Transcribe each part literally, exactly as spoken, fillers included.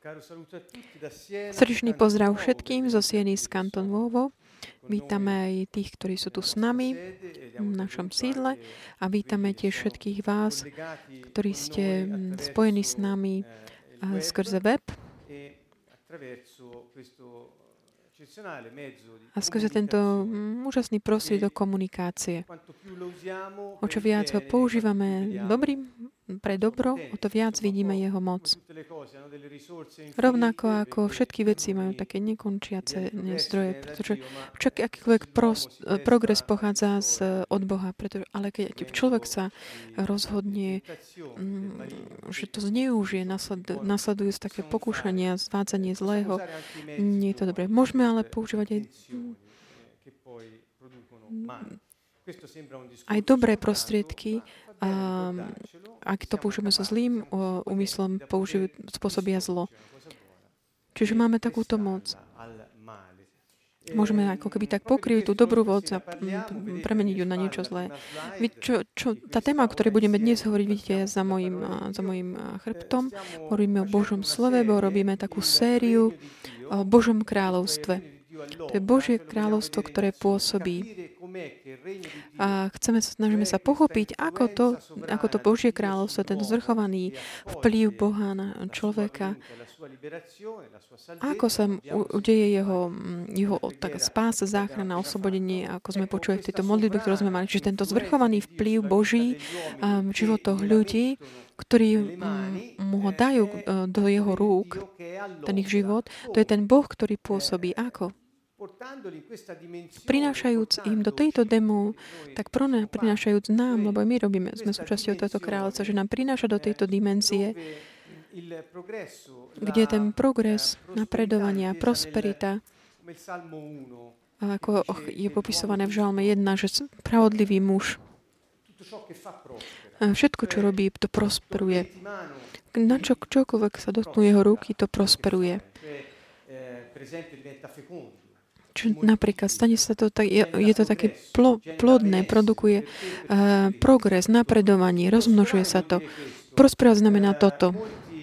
Srdečný pozdrav všetkým zo Sieny z Canton Nuovo. Vítame aj tých, ktorí sú tu s nami v našom sídle a vítame tiež všetkých vás, ktorí ste spojení s nami skrze web a skrze tento úžasný prostriedok komunikácie. O čo viac ho používame dobrým, pre dobro, o to viac vidíme jeho moc. Rovnako ako všetky veci majú také nekončiace zdroje, pretože však akýkoľvek prost, progres pochádza z, od Boha, pretože, ale keď človek sa rozhodne, že to zneužije, nasled, nasledujú také pokúšania, zvádzanie zlého, nie je to dobré. Môžeme ale používať aj aj dobré prostriedky, a ak to použijeme so zlým úmyslom, použijú, spôsobia zlo. Čiže máme takúto moc. Môžeme ako keby tak pokryť tú dobrú voc a premeniť ju na niečo zlé. Čo, čo, tá téma, o ktorej budeme dnes hovoriť, vidíte, za mojim, za mojim chrbtom. Hovoríme o Božom slove, bo robíme takú sériu o Božom kráľovstve. To je Božie kráľovstvo, ktoré pôsobí. A chceme, snažíme sa pochopiť, ako to, ako to Božie kráľovstvo, ten zvrchovaný vplyv Boha na človeka, ako sa udeje jeho, jeho tak, spása, záchrana, oslobodenie, ako sme počuli v tejto modlitbe, ktorú sme mali. Čiže tento zvrchovaný vplyv Boží um, v životoch ľudí, ktorí um, mu ho dajú uh, do jeho rúk, ten ich život, to je ten Boh, ktorý pôsobí. Ako? Prinášajúc im do tejto demu, tak prinášajúc nám, lebo my robíme, sme súčasťou tohto kráľovstva, že nám prináša do tejto dimenzie, kde ten progres, napredovanie, prosperita, ako je popisované v Žalme jedna, že spravodlivý muž, všetko, čo robí, to prosperuje. Na čo, čokoľvek sa dotknú jeho ruky, to prosperuje. Čo napríklad stane sa to tak, je, je to také plo, plodné, produkuje uh, progres, napredovanie, rozmnožuje sa to. Prosperovať znamená toto.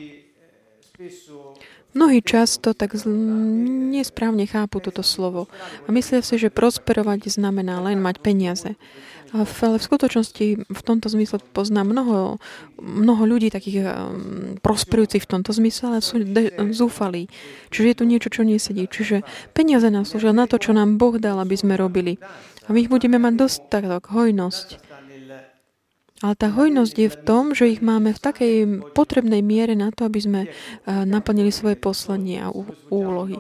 Mnohí často tak zl- nesprávne chápu toto slovo a myslia si, že prosperovať znamená len mať peniaze. Ale v skutočnosti v tomto zmysle poznám mnoho, mnoho ľudí takých um, prosperujúcich v tomto zmysle, ale sú de- zúfalí. Čiže je tu niečo, čo nesedí. Čiže peniaze nás slúžia na to, čo nám Boh dal, aby sme robili. A my ich budeme mať dostatok, hojnosť. Ale tá hojnosť je v tom, že ich máme v takej potrebnej miere na to, aby sme uh, naplnili svoje poslanie a ú- úlohy.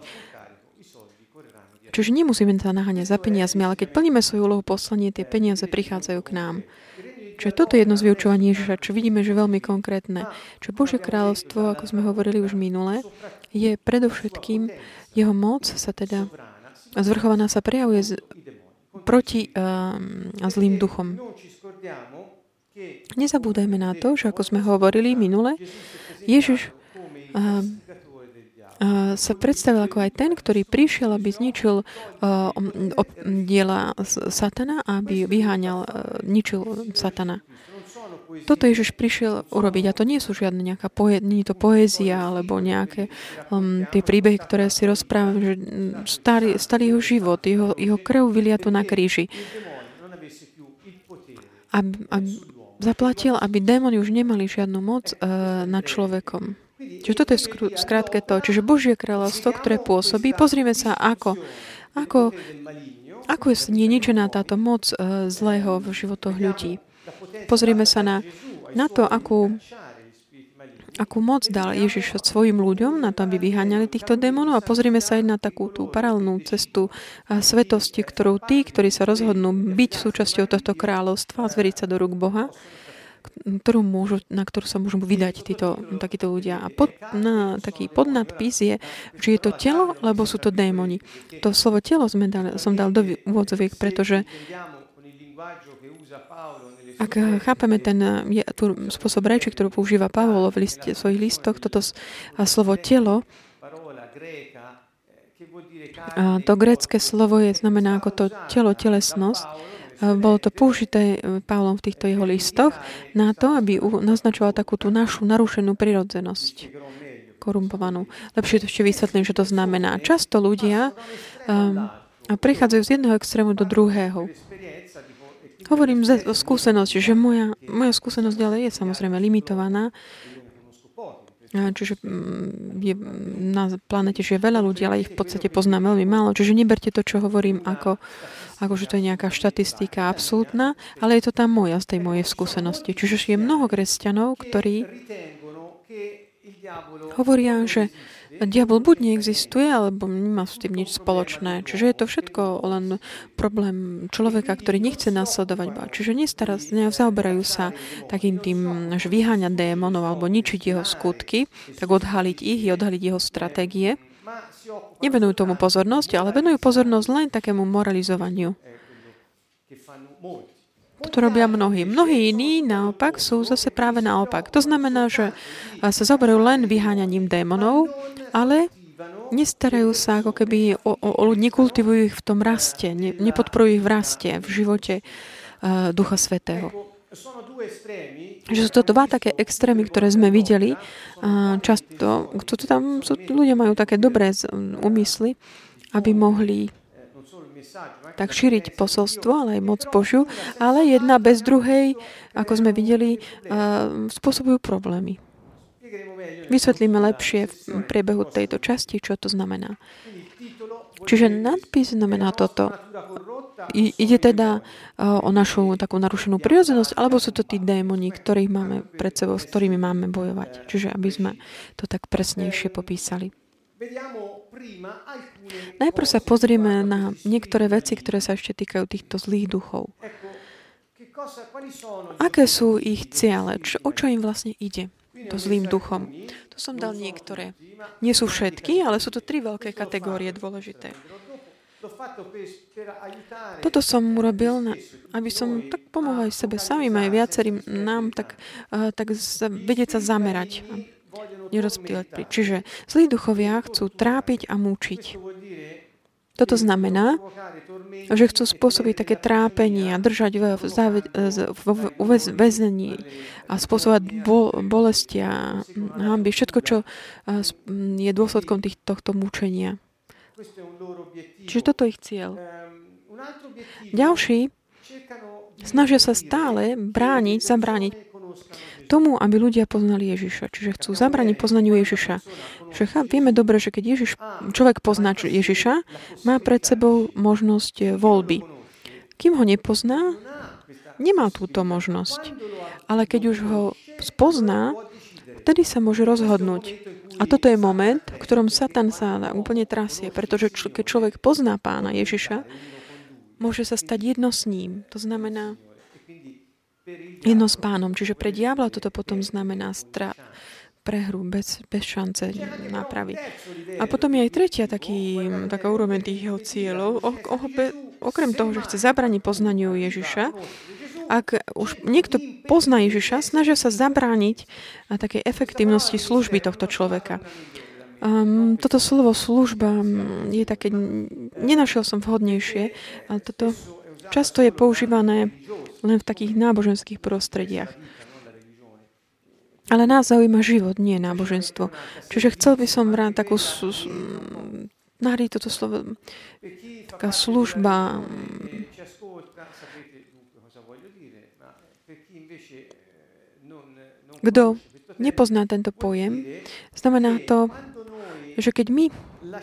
Čiže nemusíme sa naháňať za peniazmi, ale keď plníme svoju úlohu poslanie, tie peniaze prichádzajú k nám. Čiže toto je jedno z vyučovaní Ježiša, čo vidíme, že veľmi konkrétne. Čiže Božie kráľovstvo, ako sme hovorili už minule, je predovšetkým jeho moc sa teda zvrchovaná sa prejavuje z, proti um, zlým duchom. Nezabúdajme na to, že ako sme hovorili minule, Ježiš um, sa predstavil ako aj ten, ktorý prišiel, aby zničil uh, op- diela satana a aby vyháňal, uh, ničil satana. Toto Ježiš prišiel urobiť a to nie sú žiadne nejaká poe- nie je to poézia alebo nejaké um, tie príbehy, ktoré si rozprávame, že stali, stali jeho život, jeho, jeho krv vyliatu na kríži. A, a zaplatil, aby démoni už nemali žiadnu moc uh, nad človekom. Čiže toto je skr- skrátke to. Čiže Božie kráľovstvo, ktoré pôsobí, pozrime sa, ako, ako, ako je ničená táto moc uh, zlého v životoch ľudí. Pozrime sa na, na to, akú, akú moc dal Ježiš svojim ľuďom na to, aby vyháňali týchto démonov a pozrime sa aj na takú tú paralelnú cestu uh, svetosti, ktorú tí, ktorí sa rozhodnú byť súčasťou tohto kráľovstva a zveriť sa do rúk Boha, ktorú môžu, na ktorú sa môžu vydať títo, takíto ľudia. A pod, na, taký podnadpis je, že je to telo, lebo sú to démoni. To slovo telo sme dal, som dal do úvodzoviek, pretože ak chápeme ten je, tú spôsob reči, ktorú používa Pavol v liste, svojich listoch, toto slovo telo, to grécke slovo je, znamená ako to telo, telesnosť. Bolo to použité Pavlom v týchto jeho listoch na to, aby naznačoval takú tú našu narušenú prirodzenosť. korumpovanú. Lepšie to ešte vysvetlím, čo to znamená. Často ľudia um, prichádzajú z jedného extrému do druhého. Hovorím zo skúsenosti, že moja, moja skúsenosť ďalej je samozrejme limitovaná. Čiže je, na planete žije veľa ľudí, ale ich v podstate poznám veľmi málo. Čiže neberte to, čo hovorím, ako, ako že to je nejaká štatistika absolútna, ale je to tá moja, z tej mojej skúsenosti. Čiže je mnoho kresťanov, ktorí hovoria, že diabol buď neexistuje, alebo nemá s tým nič spoločné. Čiže je to všetko len problém človeka, ktorý nechce nasledovať Boha. Čiže nestará, nezaoberajú sa takým tým, že vyháňať démonov alebo ničiť jeho skutky, tak odhaliť ich i odhaliť jeho stratégie. Nevenujú tomu pozornosť, ale venujú pozornosť len takému moralizovaniu. To robia mnohí. Mnohí iní naopak sú zase práve naopak. To znamená, že sa zaoberajú len vyháňaním démonov, ale nestarajú sa, ako keby o, o, o ľudí, nekultivujú ich v tom raste, ne, nepodporujú ich v raste, v živote uh, Ducha Svätého. Že sú to dva také extrémy, ktoré sme videli. Uh, často, to tam sú, ľudia majú také dobré úmysly, aby mohli tak šíriť posolstvo, ale aj moc Božiu, ale jedna bez druhej, ako sme videli, uh, spôsobujú problémy. Vysvetlíme lepšie v priebehu tejto časti, čo to znamená. Čiže nadpis znamená toto. I, ide teda uh, o našu takú narušenú prirodzenosť, alebo sú to tí démoni, ktorých máme pred sebou, s ktorými máme bojovať. Čiže aby sme to tak presnejšie popísali. Najprv sa pozrieme na niektoré veci, ktoré sa ešte týkajú týchto zlých duchov. Aké sú ich ciele? Čo, o čo im vlastne ide? To zlým duchom. To som dal niektoré. Nie sú všetky, ale sú to tri veľké kategórie dôležité. Toto som urobil, na, aby som tak pomohol aj sebe samým, aj viacerým nám tak, uh, tak z, vedieť sa zamerať. Nerozptýlať. Čiže zlí duchovia chcú trápiť a múčiť. Toto znamená, že chcú spôsobiť také trápenie a držať v, v, v väzení a spôsobovať bol, bolesti a hanby. Všetko, čo je dôsledkom tých, tohto múčenia. Čiže toto je ich cieľ. Ďalší snažia sa stále brániť, zabrániť tomu, aby ľudia poznali Ježiša. Čiže chcú zabrániť poznaniu Ježiša. Čiže vieme dobre, že keď Ježiš, človek pozná Ježiša, má pred sebou možnosť voľby. Kým ho nepozná, nemá túto možnosť. Ale keď už ho spozná, vtedy sa môže rozhodnúť. A toto je moment, v ktorom Satan sa úplne trasie, pretože č- keď človek pozná Pána Ježiša, môže sa stať jedno s ním. To znamená jedno s Pánom. Čiže pre diabla toto potom znamená stra- prehru bez, bez šance nápravy. A potom je aj tretia taký, taká úroveň tých jeho cieľov. O, o, be, okrem toho, že chce zabrániť poznaniu Ježiša, ak už niekto pozná Ježiša, snažia sa zabrániť takej efektívnosti služby tohto človeka. Um, toto slovo služba je také, nenašiel som vhodnejšie, ale toto často je používané len v takých náboženských prostrediach. Ale nás zaujíma život, nie náboženstvo. Čiže chcel by som vrať takú nahradiť toto slovo, taká služba. Kto nepozná tento pojem, znamená to, že keď my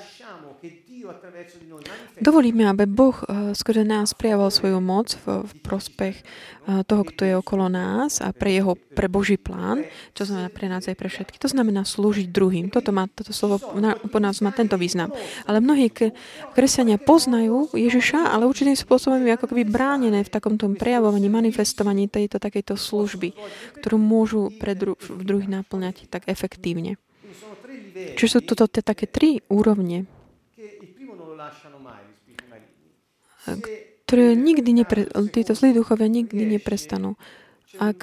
dovolíme, aby Boh skrze nás prejavoval svoju moc v, v prospech toho, kto je okolo nás a pre jeho, pre Boží plán, čo znamená pre nás aj pre všetky. To znamená slúžiť druhým. Toto, má, toto slovo po nás má tento význam. Ale mnohí kresťania poznajú Ježiša, ale určitým spôsobom je ako keby bránené v takomto prejavovaní, manifestovaní tejto takejto služby, ktorú môžu pre dru- v druhých naplňať tak efektívne. Čiže sú toto také tri úrovne, ktoré nikdy nepre, títo zlí duchovia nikdy neprestanú. Ak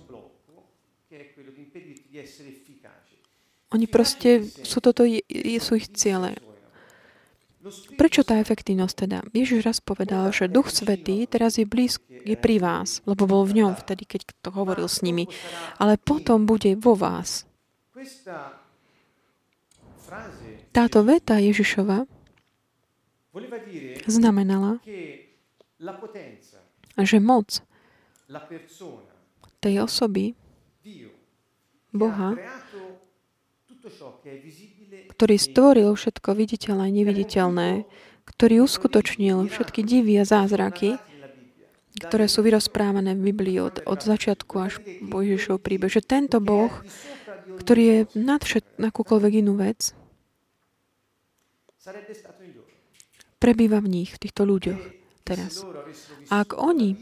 oni proste sú toto sú ich ciele. Prečo tá efektívnosť teda? Ježiš raz povedal, že Duch Svätý teraz je blízko, je pri vás, lebo bol v ňom vtedy, keď to hovoril s nimi. Ale potom bude vo vás. táto veta Ježišova znamenala, že moc tej osoby, Boha, ktorý stvoril všetko viditeľné a neviditeľné, ktorý uskutočnil všetky divy a zázraky, ktoré sú vyrozprávané v Biblii od, od začiatku až po Ježišov príbeh, že tento Boh, ktorý je nad všet, akúkoľvek inú vec, prebýva v nich, v týchto ľuďoch teraz. A ak oni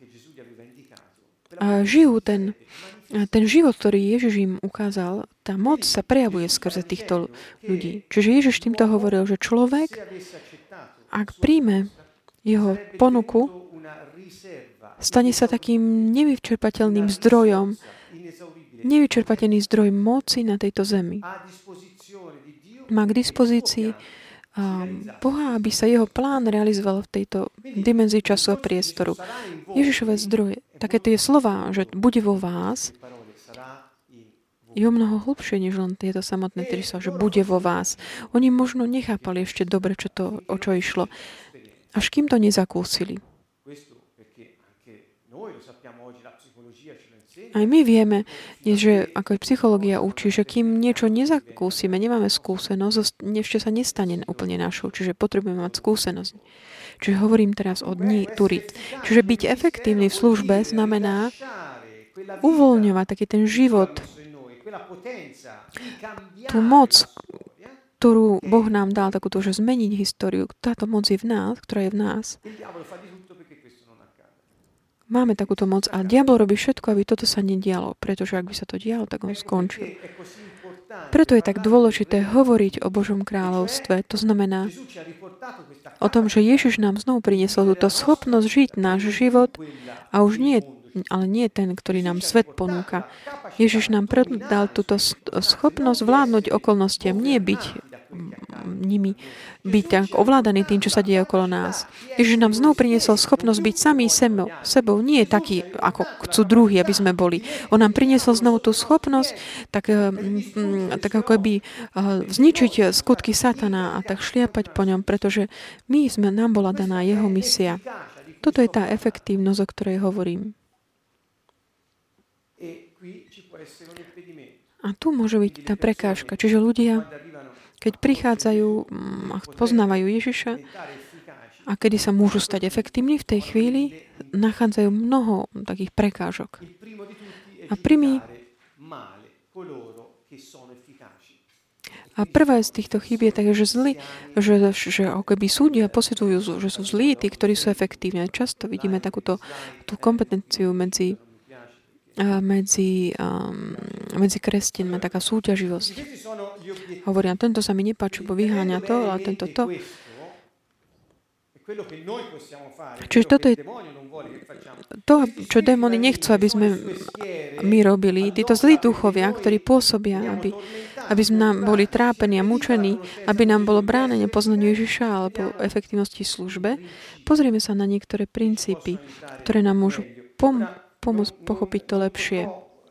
a žijú ten, ten život, ktorý Ježiš im ukázal, tá moc sa prejavuje skrze týchto ľudí. Čiže Ježiš týmto hovoril, že človek, ak príjme jeho ponuku, stane sa takým nevyčerpateľným zdrojom, nevyčerpateľný zdroj moci na tejto zemi. Má k dispozícii Boha, aby sa jeho plán realizoval v tejto dimenzii času a priestoru. Ježišové zdroje, také tie slová, že bude vo vás, je o mnoho hlbšie, než len tieto samotné tri slova, že bude vo vás. Oni možno nechápali ešte dobre, čo to, o čo išlo. Až kým to nezakúsili. Aj my vieme, že ako psychológia učí, že kým niečo nezakúsime, nemáme skúsenosť, ešte sa nestane úplne našou. Čiže potrebujeme mať skúsenosť. Čiže hovorím teraz o dni Turit. Čiže byť efektívny v službe znamená uvoľňovať taký ten život, tú moc, ktorú Boh nám dal, takúto, že zmeniť históriu. Táto moc je v nás, ktorá je v nás. Máme takúto moc a diabol robí všetko, aby toto sa nedialo, pretože ak by sa to dialo, tak on skončil. Preto je tak dôležité hovoriť o Božom kráľovstve. To znamená o tom, že Ježiš nám znovu priniesol túto schopnosť žiť náš život a už nie, ale nie ten, ktorý nám svet ponúka. Ježiš nám dal túto schopnosť vládnuť okolnostiam, nie byť nimi, byť tak ovládaný tým, čo sa deje okolo nás. Ježiš nám znovu priniesol schopnosť byť sami sebou, sebou. Nie je taký, ako chcú druhí, aby sme boli. On nám priniesol znovu tú schopnosť, tak, tak ako by zničiť skutky satana a tak šliapať po ňom, pretože my sme, nám bola daná jeho misia. Toto je tá efektívnosť, o ktorej hovorím. A tu môže byť tá prekážka. Čiže ľudia, keď prichádzajú a poznávajú Ježiša a kedy sa môžu stať efektívni v tej chvíli, nachádzajú mnoho takých prekážok. A prví a prvé z týchto chýb je také, že zlí, že, že ako keby súdia posudzujú, že sú zlí, tí, ktorí sú efektívni. Často vidíme takúto tú kompetenciu medzi medzi, um, medzi kresťanmi, taká súťaživosť. Hovoria, tento sa mi nepáči, bo vyháňa to, ale tento to. Čiže toto je to, čo démoni nechcú, aby sme my robili. Títo zlí duchovia, ktorí pôsobia, aby, aby sme nám boli trápení a mučení, aby nám bolo bránené poznaniu Ježiša alebo efektívnosti službe. Pozrieme sa na niektoré princípy, ktoré nám môžu pomôcť pomôcť pochopiť to lepšie.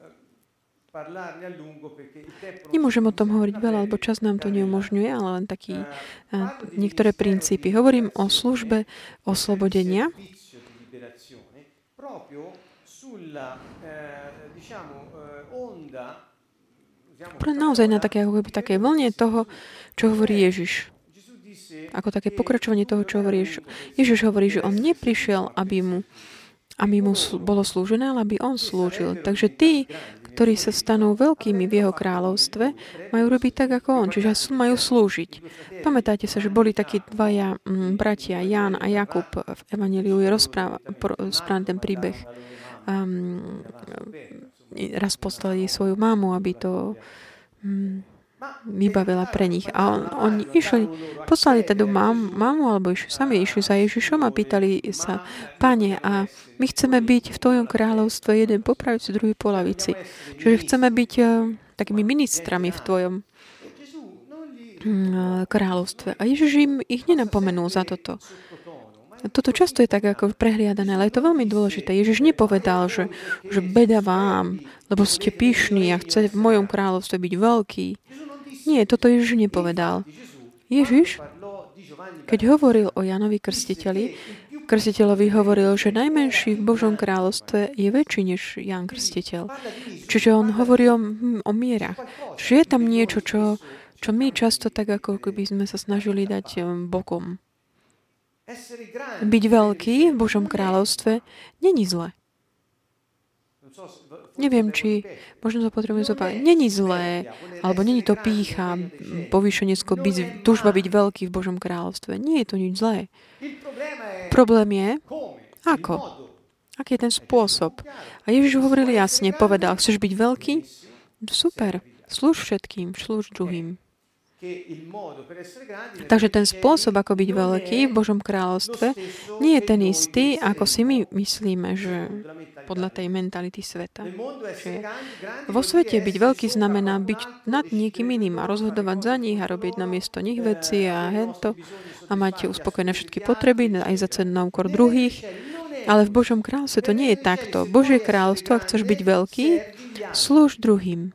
Nemôžem o tom hovoriť veľa, lebo čas nám to neumožňuje, ale len taký a, niektoré princípy. Hovorím o službe oslobodenia. Pre naozaj na také, ako keby také vlne toho, čo hovorí Ježiš. Ako také pokračovanie toho, čo hovorí Ježiš. Ježiš hovorí, že on neprišiel, aby mu aby mu bolo slúžené, ale aby on slúžil. Takže tí, ktorí sa stanú veľkými v jeho kráľovstve, majú robiť tak, ako on, čiže majú slúžiť. Pamätáte sa, že boli takí dvaja m, bratia, Ján a Jakub v Evanjeliu, je rozpráva, správa ten príbeh. Um, raz poslali svoju mamu, aby to um, vybavila pre nich. A on, oni išli, poslali teda mam, mamu, alebo išli, sami išli za Ježišom a pýtali sa, Pane, a my chceme byť v tvojom kráľovstve jeden po pravici, druhý po lavici. Čiže chceme byť uh, takými ministrami v tvojom uh, kráľovstve. A Ježiš im ich nenapomenul za toto. Toto často je tak ako prehliadané, ale je to veľmi dôležité. Ježiš nepovedal, že, že beda vám, lebo ste pyšní a chce v mojom kráľovstve byť veľký. Nie, toto Ježiš nepovedal. Ježiš, keď hovoril o Janovi Krstiteľi, Krstiteľovi hovoril, že najmenší v Božom kráľovstve je väčší než Jan Krstiteľ. Čiže on hovorí o, o mierach. Čiže je tam niečo, čo, čo my často tak, ako keby sme sa snažili dať bokom. Byť veľký v Božom kráľovstve není zle. Neviem, či možno to potrebujem zopakovať. Není zlé, alebo není to pýcha, povýšenecko byť, túžba byť veľký v Božom kráľovstve. Nie je to nič zlé. Problém je, ako? Aký je ten spôsob? A Ježiš hovoril jasne, povedal, chceš byť veľký? Super, slúž všetkým, slúž druhým. Takže ten spôsob, ako byť veľký v Božom kráľovstve, nie je ten istý, ako si my myslíme, že podľa tej mentality sveta. Že vo svete byť veľký znamená byť nad niekým iným a rozhodovať za nich a robiť namiesto nich veci a hento a mať uspokojené všetky potreby aj za cenu na úkor druhých. Ale v Božom kráľovstve to nie je takto. Božie kráľovstvo, ak chceš byť veľký, slúž druhým.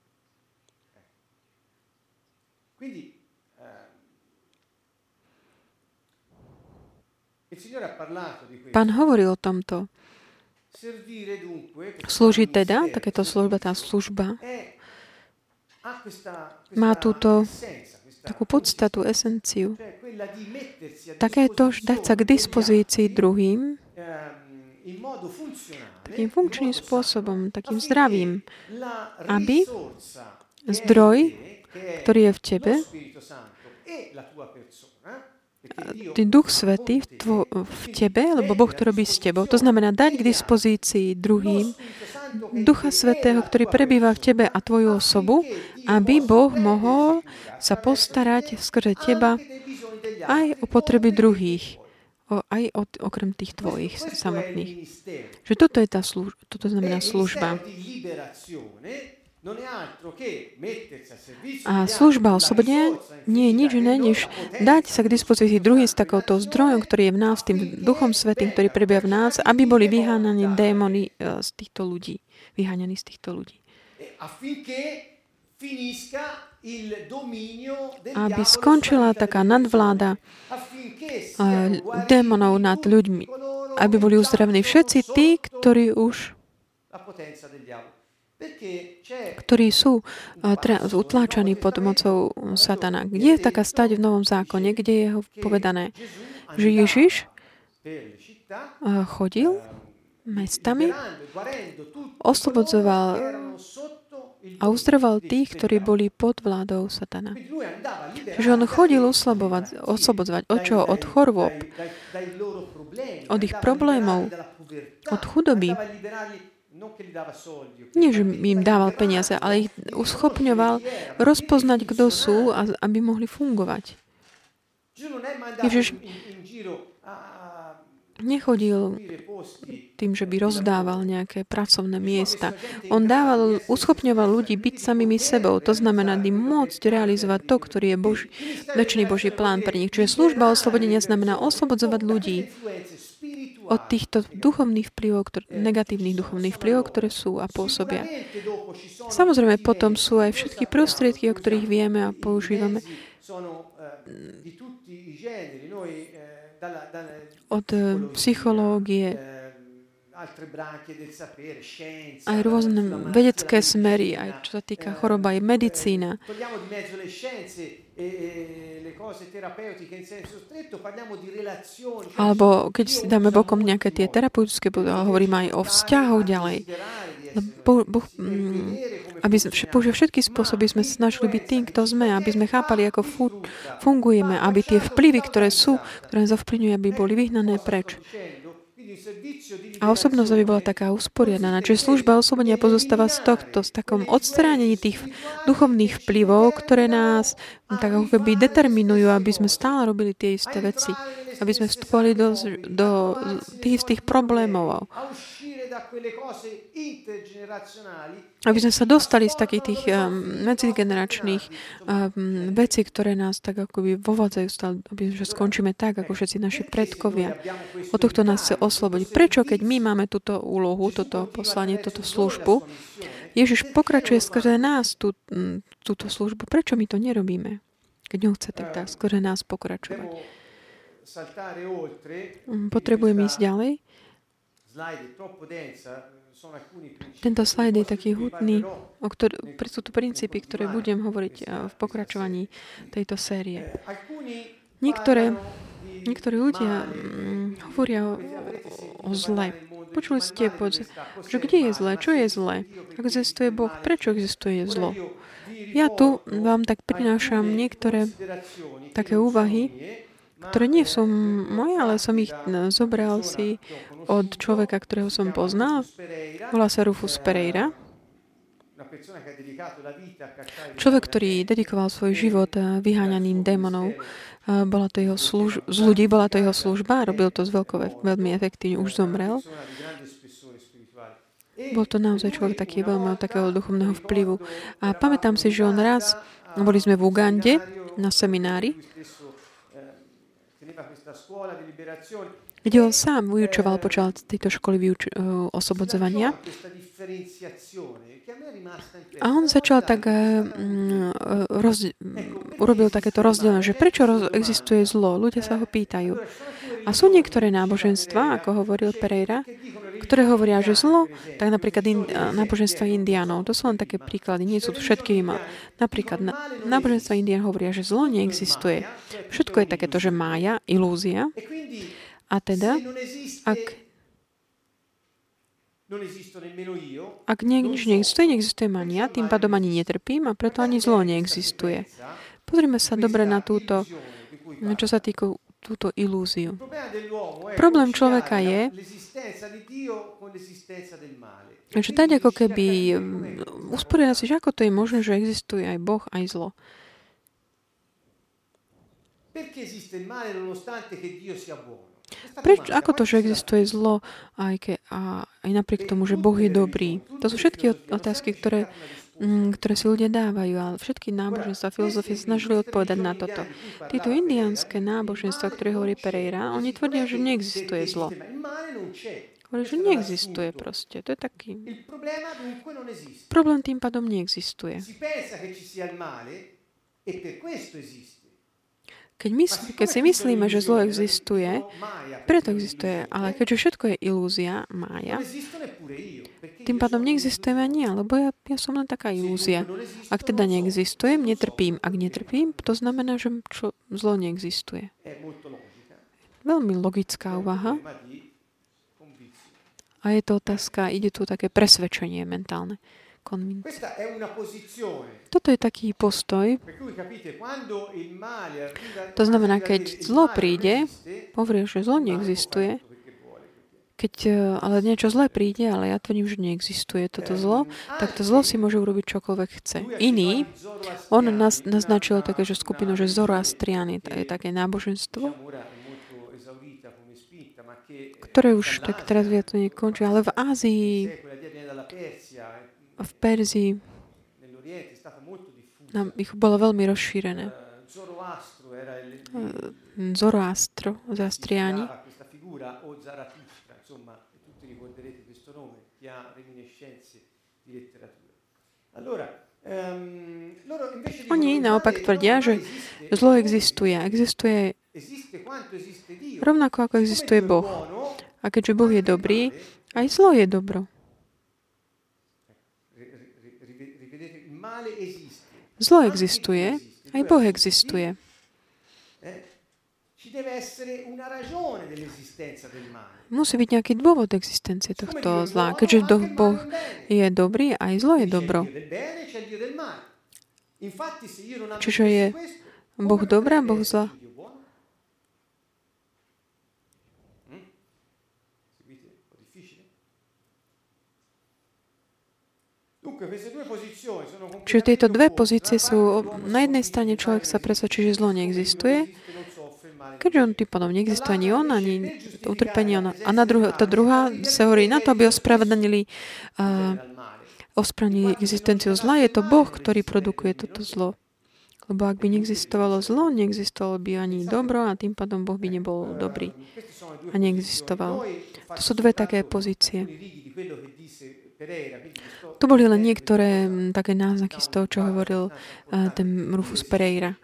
Pán hovoril o tomto. Slúži teda, takéto služba, tá služba, má túto takú podstatu, esenciu. Takéto dať sa k dispozícii druhým takým funkčným spôsobom, takým zdravým, aby zdroj, ktorý je v tebe, Ty Duch Svätý v, tvo, v tebe, lebo Boh to robí s tebou. To znamená dať k dispozícii druhým Ducha Svätého, ktorý prebýva v tebe a tvoju osobu, aby Boh mohol sa postarať skrze teba aj o potreby druhých, o, aj o, okrem tých tvojich samotných. Že toto je tá služba, toto znamená služba. A služba osobne nie je nič iné, než dať sa k dispozícii druhým s takouto zdrojom, ktorý je v nás, tým Duchom Svätým, ktorý prebieha v nás, aby boli vyháňaní démoni z týchto ľudí. Vyháňaní z týchto ľudí. Aby skončila taká nadvláda démonov nad ľuďmi. Aby boli uzdravení všetci tí, ktorí už ktorí sú utláčaní pod mocou satana. Kde je taká stať v Novom zákone, kde je povedané, že Ježiš chodil mestami, oslobodzoval a uzdravoval tých, ktorí boli pod vládou satana. Čiže on chodil oslobodzovať od čoho? Od chorôb, od ich problémov, od chudoby. Nie, že im dával peniaze, ale ich uschopňoval rozpoznať, kto sú, a aby mohli fungovať. Ježiš nechodil tým, že by rozdával nejaké pracovné miesta. On dával, uschopňoval ľudí byť samými sebou. To znamená, im môcť realizovať to, ktorý je Boží, večný Boží plán pre nich. Čiže služba oslobodenia znamená oslobodzovať ľudí od týchto duchovných vplyvov, ktoré, negatívnych duchovných vplyvov, ktoré sú a pôsobia. Samozrejme, potom sú aj všetky prostriedky, o ktorých vieme a používame. Od psychológie, aj rôzne vedecké smery, aj čo sa týka choroba, aj medicína. Alebo keď si dáme bokom nejaké tie terapeutické, hovoríme aj o vzťahoch ďalej. Boh, boh, aby použil všetky spôsoby, sme sa snažili byť tým, kto sme, aby sme chápali, ako fungujeme, aby tie vplyvy, ktoré sú, ktoré nás ovplyvňujú, aby boli vyhnané preč. A osobnosť by bola taká usporiadaná. Čiže služba osobenia pozostáva z tohto, z takom odstránení tých duchovných vplyvov, ktoré nás tak ako keby determinujú, aby sme stále robili tie isté veci. Aby sme vstupovali do, do tých istých problémov. aby sme sa dostali z takých tých um, medzigeneračných um, vecí, ktoré nás tak akoby vovádzajú stále, aby že skončíme tak, ako všetci naši predkovia. O tohto nás chce oslobodiť. Prečo, keď my máme túto úlohu, toto poslanie, túto službu, Ježiš pokračuje skrze nás tú, túto službu. Prečo my to nerobíme? Keď on chce tak, tak skrze nás pokračovať. Potrebujem ísť ďalej. Tento slajd je taký hutný, o ktor- sú tu princípy, ktoré budem hovoriť v pokračovaní tejto série. Niektoré, niektorí ľudia hm, hovoria o, o zle. Počuli ste, povedz, že kde je zle? Čo je zle? Ak existuje Boh, prečo existuje zlo? Ja tu vám tak prinášam niektoré také úvahy, ktoré nie som moje, ale som ich zobral si od človeka, ktorého som poznal. Volá sa Rufus Pereira. Človek, ktorý dedikoval svoj život vyháňaným démonov. Bola to jeho služ- z ľudí bola to jeho služba, robil to z veľkové, veľmi efektívne, už zomrel. Bol to naozaj človek taký veľmi takého duchovného vplyvu. A pamätám si, že on raz, boli sme v Ugande na seminári, kde on sám vyučoval počas tejto školy vyuč- oslobodzovania. A on začal tak roz, urobil takéto rozdielne, že prečo roz, existuje zlo? Ľudia sa ho pýtajú. A sú niektoré náboženstva, ako hovoril Pereira, ktoré hovoria, že zlo, tak napríklad in, náboženstva indiánov. To sú len také príklady, nie sú to všetky. Napríklad na, náboženstva indiánov hovoria, že zlo neexistuje. Všetko je takéto, že mája, ilúzia. A teda, ak Ak nie, nič neexistuje, neexistuje mania, tým pádom ani netrpím a preto ani zlo neexistuje. Pozrime sa dobre na túto, čo sa týka túto ilúziu. Problém človeka je, že dať ako keby usporiadať si, že ako to je možné, že existuje aj Boh, aj zlo. Prečo, ako to, že existuje zlo, aj, ke, a, aj napriek tomu, že Boh je dobrý? To sú všetky otázky, ktoré, m, ktoré si ľudia dávajú, ale všetky náboženstva, filozofie snažili odpovedať na toto. Títo indiánske náboženstva, ktoré hovorí Pereira, oni tvrdia, že neexistuje zlo. Hovorí, že neexistuje proste. To je taký... Problém tým pádom neexistuje. Keď, mysl, keď si myslíme, že zlo existuje, preto existuje, ale keďže všetko je ilúzia, mája, tým pádom neexistujeme ani ja, lebo ja, ja som len taká ilúzia. Ak teda neexistujem, netrpím. Ak netrpím, to znamená, že čo, zlo neexistuje. Veľmi logická úvaha. A je to otázka, ide tu také presvedčenie mentálne. Toto je taký postoj. To znamená, keď zlo príde, povie, že zlo neexistuje, keď ale niečo zlé príde, ale ja tvrdím, že neexistuje toto zlo, tak to zlo si môže urobiť čokoľvek chce. Iný, on nás, naznačil také, že skupinu, že Zoroastriany, to je také náboženstvo, ktoré už tak teraz viac nekončí, ale v Ázii, v Perzii nám ich bolo veľmi rozšírené. Zoroastro, Zastriani. Oni naopak tvrdia, že zlo existuje. Existuje rovnako ako existuje Boh. A keďže Boh je dobrý, aj zlo je dobro. Zlo existuje, aj Boh existuje. Musí byť nejaký dôvod existencie tohto zla. Keďže Boh je dobrý, aj zlo je dobro. Čiže je Boh dobrá, Boh zla. Čiže tieto dve pozície sú, na jednej strane človek sa presvedčí, že zlo neexistuje, keďže on tým pádom neexistuje ani on, ani utrpenie. On, a na druhé, tá druhá sa hovorí na to, aby ospravedlnili uh, ospravedlnili existenciu zla. Je to Boh, ktorý produkuje toto zlo. Lebo ak by neexistovalo zlo, neexistovalo by ani dobro a tým pádom Boh by nebol dobrý. A neexistoval. To sú dve také pozície. To boli len niektoré m, také náznaky z toho, čo hovoril uh, ten Rufus Pereira.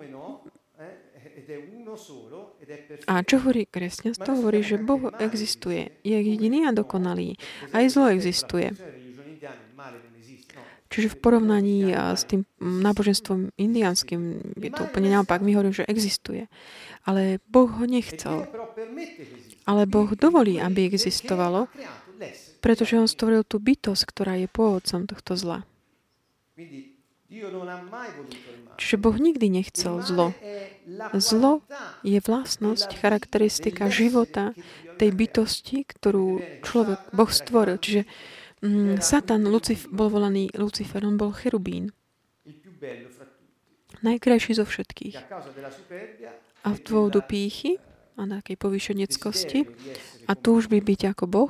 A čo hovorí kresťanstvo? Hovorí, že Boh existuje. Je jediný a dokonalý. Aj zlo existuje. Čiže v porovnaní s tým náboženstvom indiánskym je to úplne naopak. My hovoríme, že existuje. Ale Boh ho nechcel. Ale Boh dovolí, aby existovalo, pretože on stvoril tú bytosť, ktorá je pôvodcom tohto zla. Čiže Boh nikdy nechcel zlo. Zlo je vlastnosť, charakteristika života tej bytosti, ktorú človek, Boh stvoril. Čiže mm, Satan Lucif, bol volaný Lucifer, on bol cherubín. Najkrajší zo všetkých. A v dôvodu pýchy a takej povýšeneckosti a túžby byť ako Boh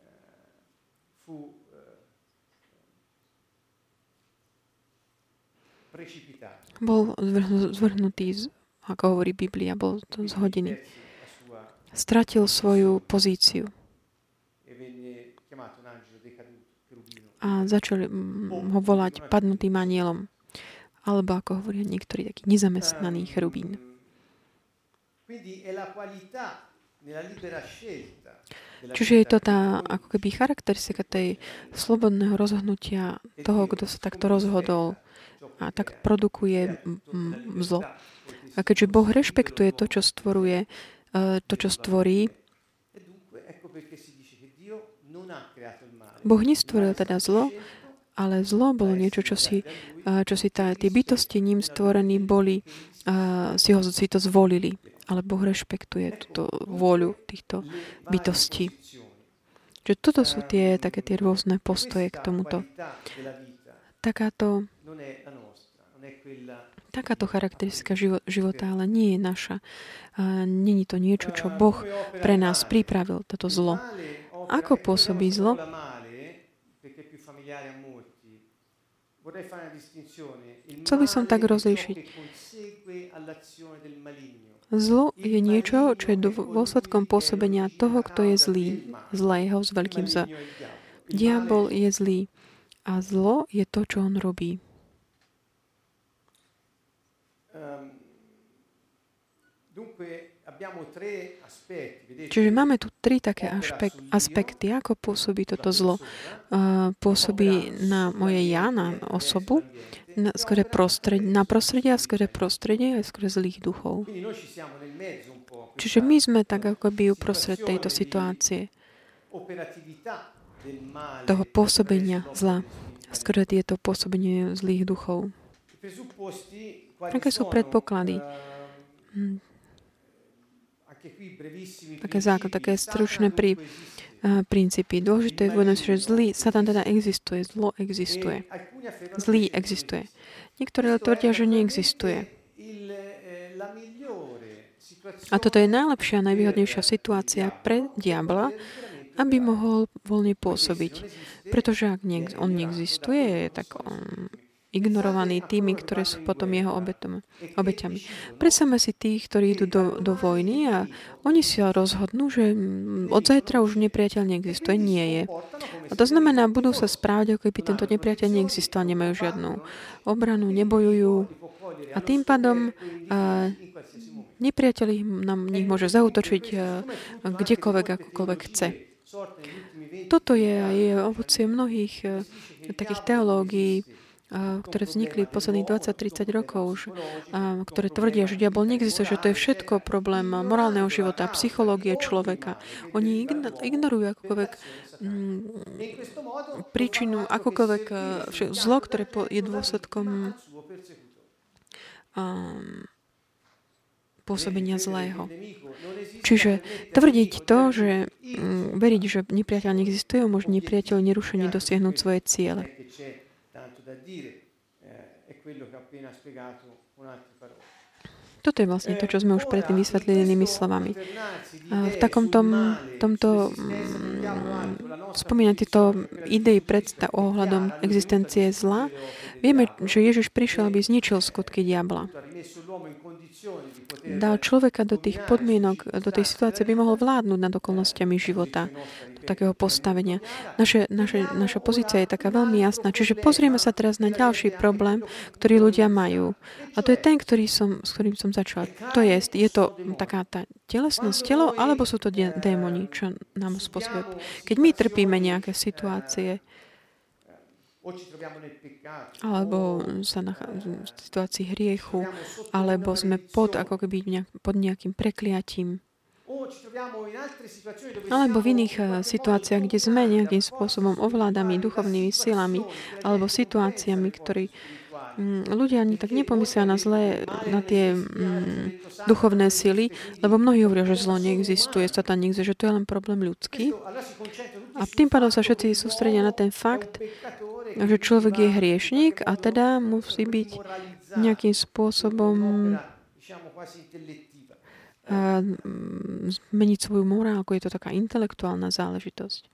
bol zvrhnutý, ako hovorí Biblia, bol zhodený. Stratil svoju pozíciu. A začali ho volať padnutým anielom. Alebo, ako hovoria niektorí, taký nezamestnaný cherubín. Čiže je to tá, ako keby charakteristika tej slobodného rozhodnutia toho, kto sa takto rozhodol a tak produkuje zlo. A keďže Boh rešpektuje to, čo stvoruje, to, čo stvorí, Boh nestvoril teda zlo, ale zlo bolo niečo, čo si, čo si tá, tie bytosti ním stvorení boli, si, ho, si to zvolili. Ale Boh rešpektuje túto vôľu týchto bytostí. Čiže toto sú tie, také tie rôzne postoje k tomuto. Takáto Takáto charakteristika života, ale nie je naša. Není to niečo, čo Boh pre nás pripravil, toto zlo. Ako pôsobí zlo? Chcel by som tak rozlíšiť. Zlo je niečo, čo je dôsledkom pôsobenia toho, kto je zlý. Zlého s veľkým Z. Diabol je zlý. A zlo je to, čo on robí. Čiže máme tu tri také aspekty, ako pôsobí toto zlo. Pôsobí na moje ja, na osobu, na, skôr prostred, na prostredie a skôr prostredie a skôr zlých duchov. Čiže my sme tak ako by uprostred tejto situácie toho pôsobenia zla. Skôr je to pôsobenie zlých duchov. Aké sú predpoklady? Hm. Také základ, také stručné pri, uh, princípy. Dôležité je uvedomiť, že zlý, Satan teda existuje, zlo existuje. Zlý existuje. Niektorí tvrdia, že neexistuje. A toto je najlepšia, najvýhodnejšia situácia pre diabla, aby mohol voľne pôsobiť. Pretože ak nie, on neexistuje, tak on ignorovaní tými, ktoré sú potom jeho obetom, obeťami. Predstavme si tých, ktorí idú do, do vojny a oni si rozhodnú, že od zajtra už nepriateľ neexistuje. Nie je. A to znamená, budú sa správať, ako keby tento nepriateľ neexistoval, nemajú žiadnu obranu, nebojujú. A tým pádom a, nepriateľ ich, nám nich môže zaútočiť a, kdekoľvek, akokoľvek chce. Toto je, je ovocie mnohých a, takých teológií, ktoré vznikli v posledných dvadsať tridsať rokov už, a, ktoré tvrdia, že diabol neexistuje, že to je všetko problém morálneho života, psychológie človeka. Oni ignorujú akokoľvek m, príčinu, akokoľvek zlo, ktoré je dôsledkom um, pôsobenia zlého. Čiže tvrdiť to, že um, veriť, že nepriateľ neexistuje, môže nepriateľ nerušene dosiahnuť svoje ciele. Toto je vlastne to, čo sme už predtým vysvetlili inými slovami. V takomto tomto spomínať tieto idei predstav ohľadom existencie zla, vieme, že Ježiš prišiel, aby zničil skutky diabla. Dal človeka do tých podmienok, do tej situácie, by mohol vládnuť nad okolnostiami života, do takého postavenia. Naše, naše, naša pozícia je taká veľmi jasná. Čiže pozrieme sa teraz na ďalší problém, ktorý ľudia majú. A to je ten, ktorý som, s ktorým som začala. To je, je to taká tá telesnosť, telo, alebo sú to démoni, čo nám spôsobuje. Keď my trpíme nejaké situácie, alebo sa nachádzame v situácii hriechu, alebo sme pod, ako keby nejak, pod nejakým prekliatím, alebo v iných situáciách, kde sme nejakým spôsobom ovládaní duchovnými silami, alebo situáciami, ktorí ľudia ani tak nepomyslia na zlé, na tie mm, duchovné sily, lebo mnohí hovoria, že zlo neexistuje, Satan neexistuje, že to je len problém ľudský. A tým pádom sa všetci sústredia na ten fakt, že človek je hriešnik a teda musí byť nejakým spôsobom a zmeniť svoju morálku. Je to taká intelektuálna záležitosť.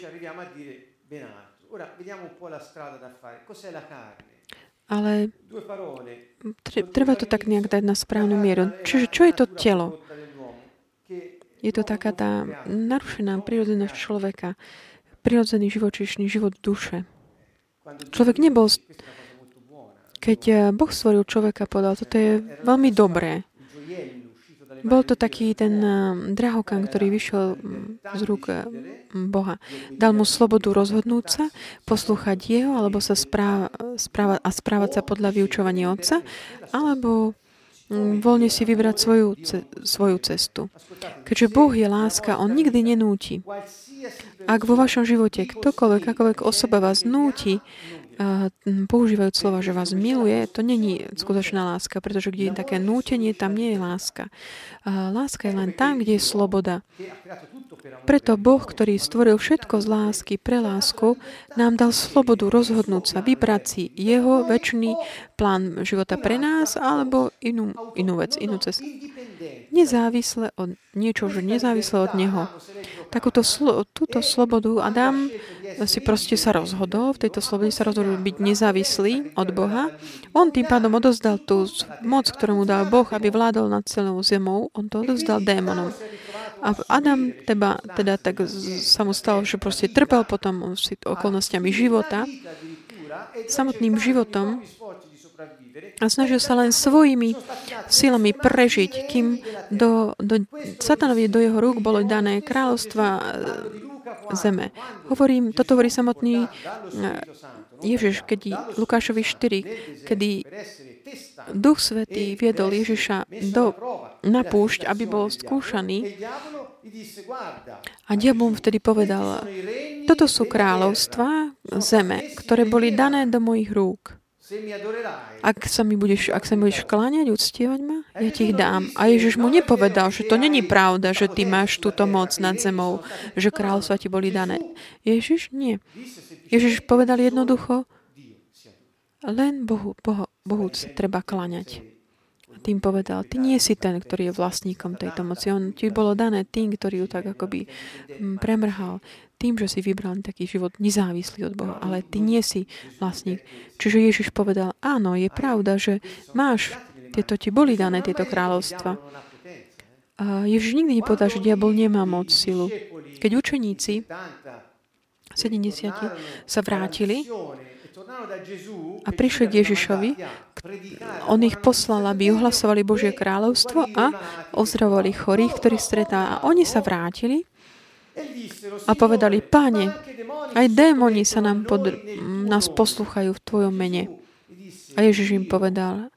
Ale treba to tak nejak dať na správnu mieru. Čiže čo je to telo? Je to taká tá narušená prirodzenosť človeka, prirodzený živočíšny život duše. Človek nebol... Keď Boh stvoril človeka, povedal, toto je veľmi dobré. Bol to taký ten drahokam, ktorý vyšiel z rúk Boha. Dal mu slobodu rozhodnúť sa, poslúchať jeho, alebo sa správa, správa, a správať sa podľa vyučovania otca, alebo voľne si vybrať svoju, svoju cestu. Keďže Boh je láska, on nikdy nenúti. Ak vo vašom živote ktokoľvek, akoľvek osoba vás núti, používajú slova, že vás miluje, to není skutočná láska, pretože kde je také nútenie, tam nie je láska. Láska je len tam, kde je sloboda. Preto Boh, ktorý stvoril všetko z lásky pre lásku, nám dal slobodu rozhodnúť sa, vybrať si jeho večný plán života pre nás, alebo inú, inú vec, inú cestu. Nezávisle od niečo, že nezávisle od neho. Takúto slo, túto slobodu Adam si proste sa rozhodol, v tejto slobode sa rozhodol byť nezávislý od Boha. On tým pádom odozdal tú moc, ktorú mu dal Boh, aby vládol nad celou zemou. On to odozdal démonom. A Adam teba, teda tak sa mu stalo, že proste trpel potom okolnostiami života, samotným životom, a snažil sa len svojimi silami prežiť, kým do, do Satanovi, do jeho rúk bolo dané kráľovstva zeme. Hovorím, toto hovorí samotný Ježiš, keď Lukášovi štyri, kedy Duch Svätý viedol Ježiša do, na púšť, aby bol skúšaný. A diabol vtedy povedal, toto sú kráľovstva zeme, ktoré boli dané do mojich rúk. Ak sa mi budeš, ak sa mi budeš kláňať, uctievať ma, ja ti ich dám. A Ježiš mu nepovedal, že to není pravda, že ty máš túto moc nad zemou, že kráľovstva ti boli dané. Ježiš? Nie. Ježiš povedal jednoducho, len Bohu, Bohu, Bohu treba kláňať. A tým povedal, ty nie si ten, ktorý je vlastníkom tejto moci. On ti bolo dané tým, ktorý ju tak akoby premrhal. Tým, že si vybral taký život nezávislý od Boha, ale ty nie si vlastník. Čiže Ježiš povedal, áno, je pravda, že máš, tieto ti boli dané, tieto kráľovstva. A Ježiš nikdy nepovedal, že diabol nemá moc, silu. Keď učeníci sedemdesiat sa vrátili a prišli k Ježišovi, on ich poslal, aby ohlasovali Božie kráľovstvo a ozdravovali chorých, ktorých stretá. A oni sa vrátili a povedali, Páne, aj démoni sa nám pod, nás poslúchajú v Tvojom mene. A Ježiš im povedal,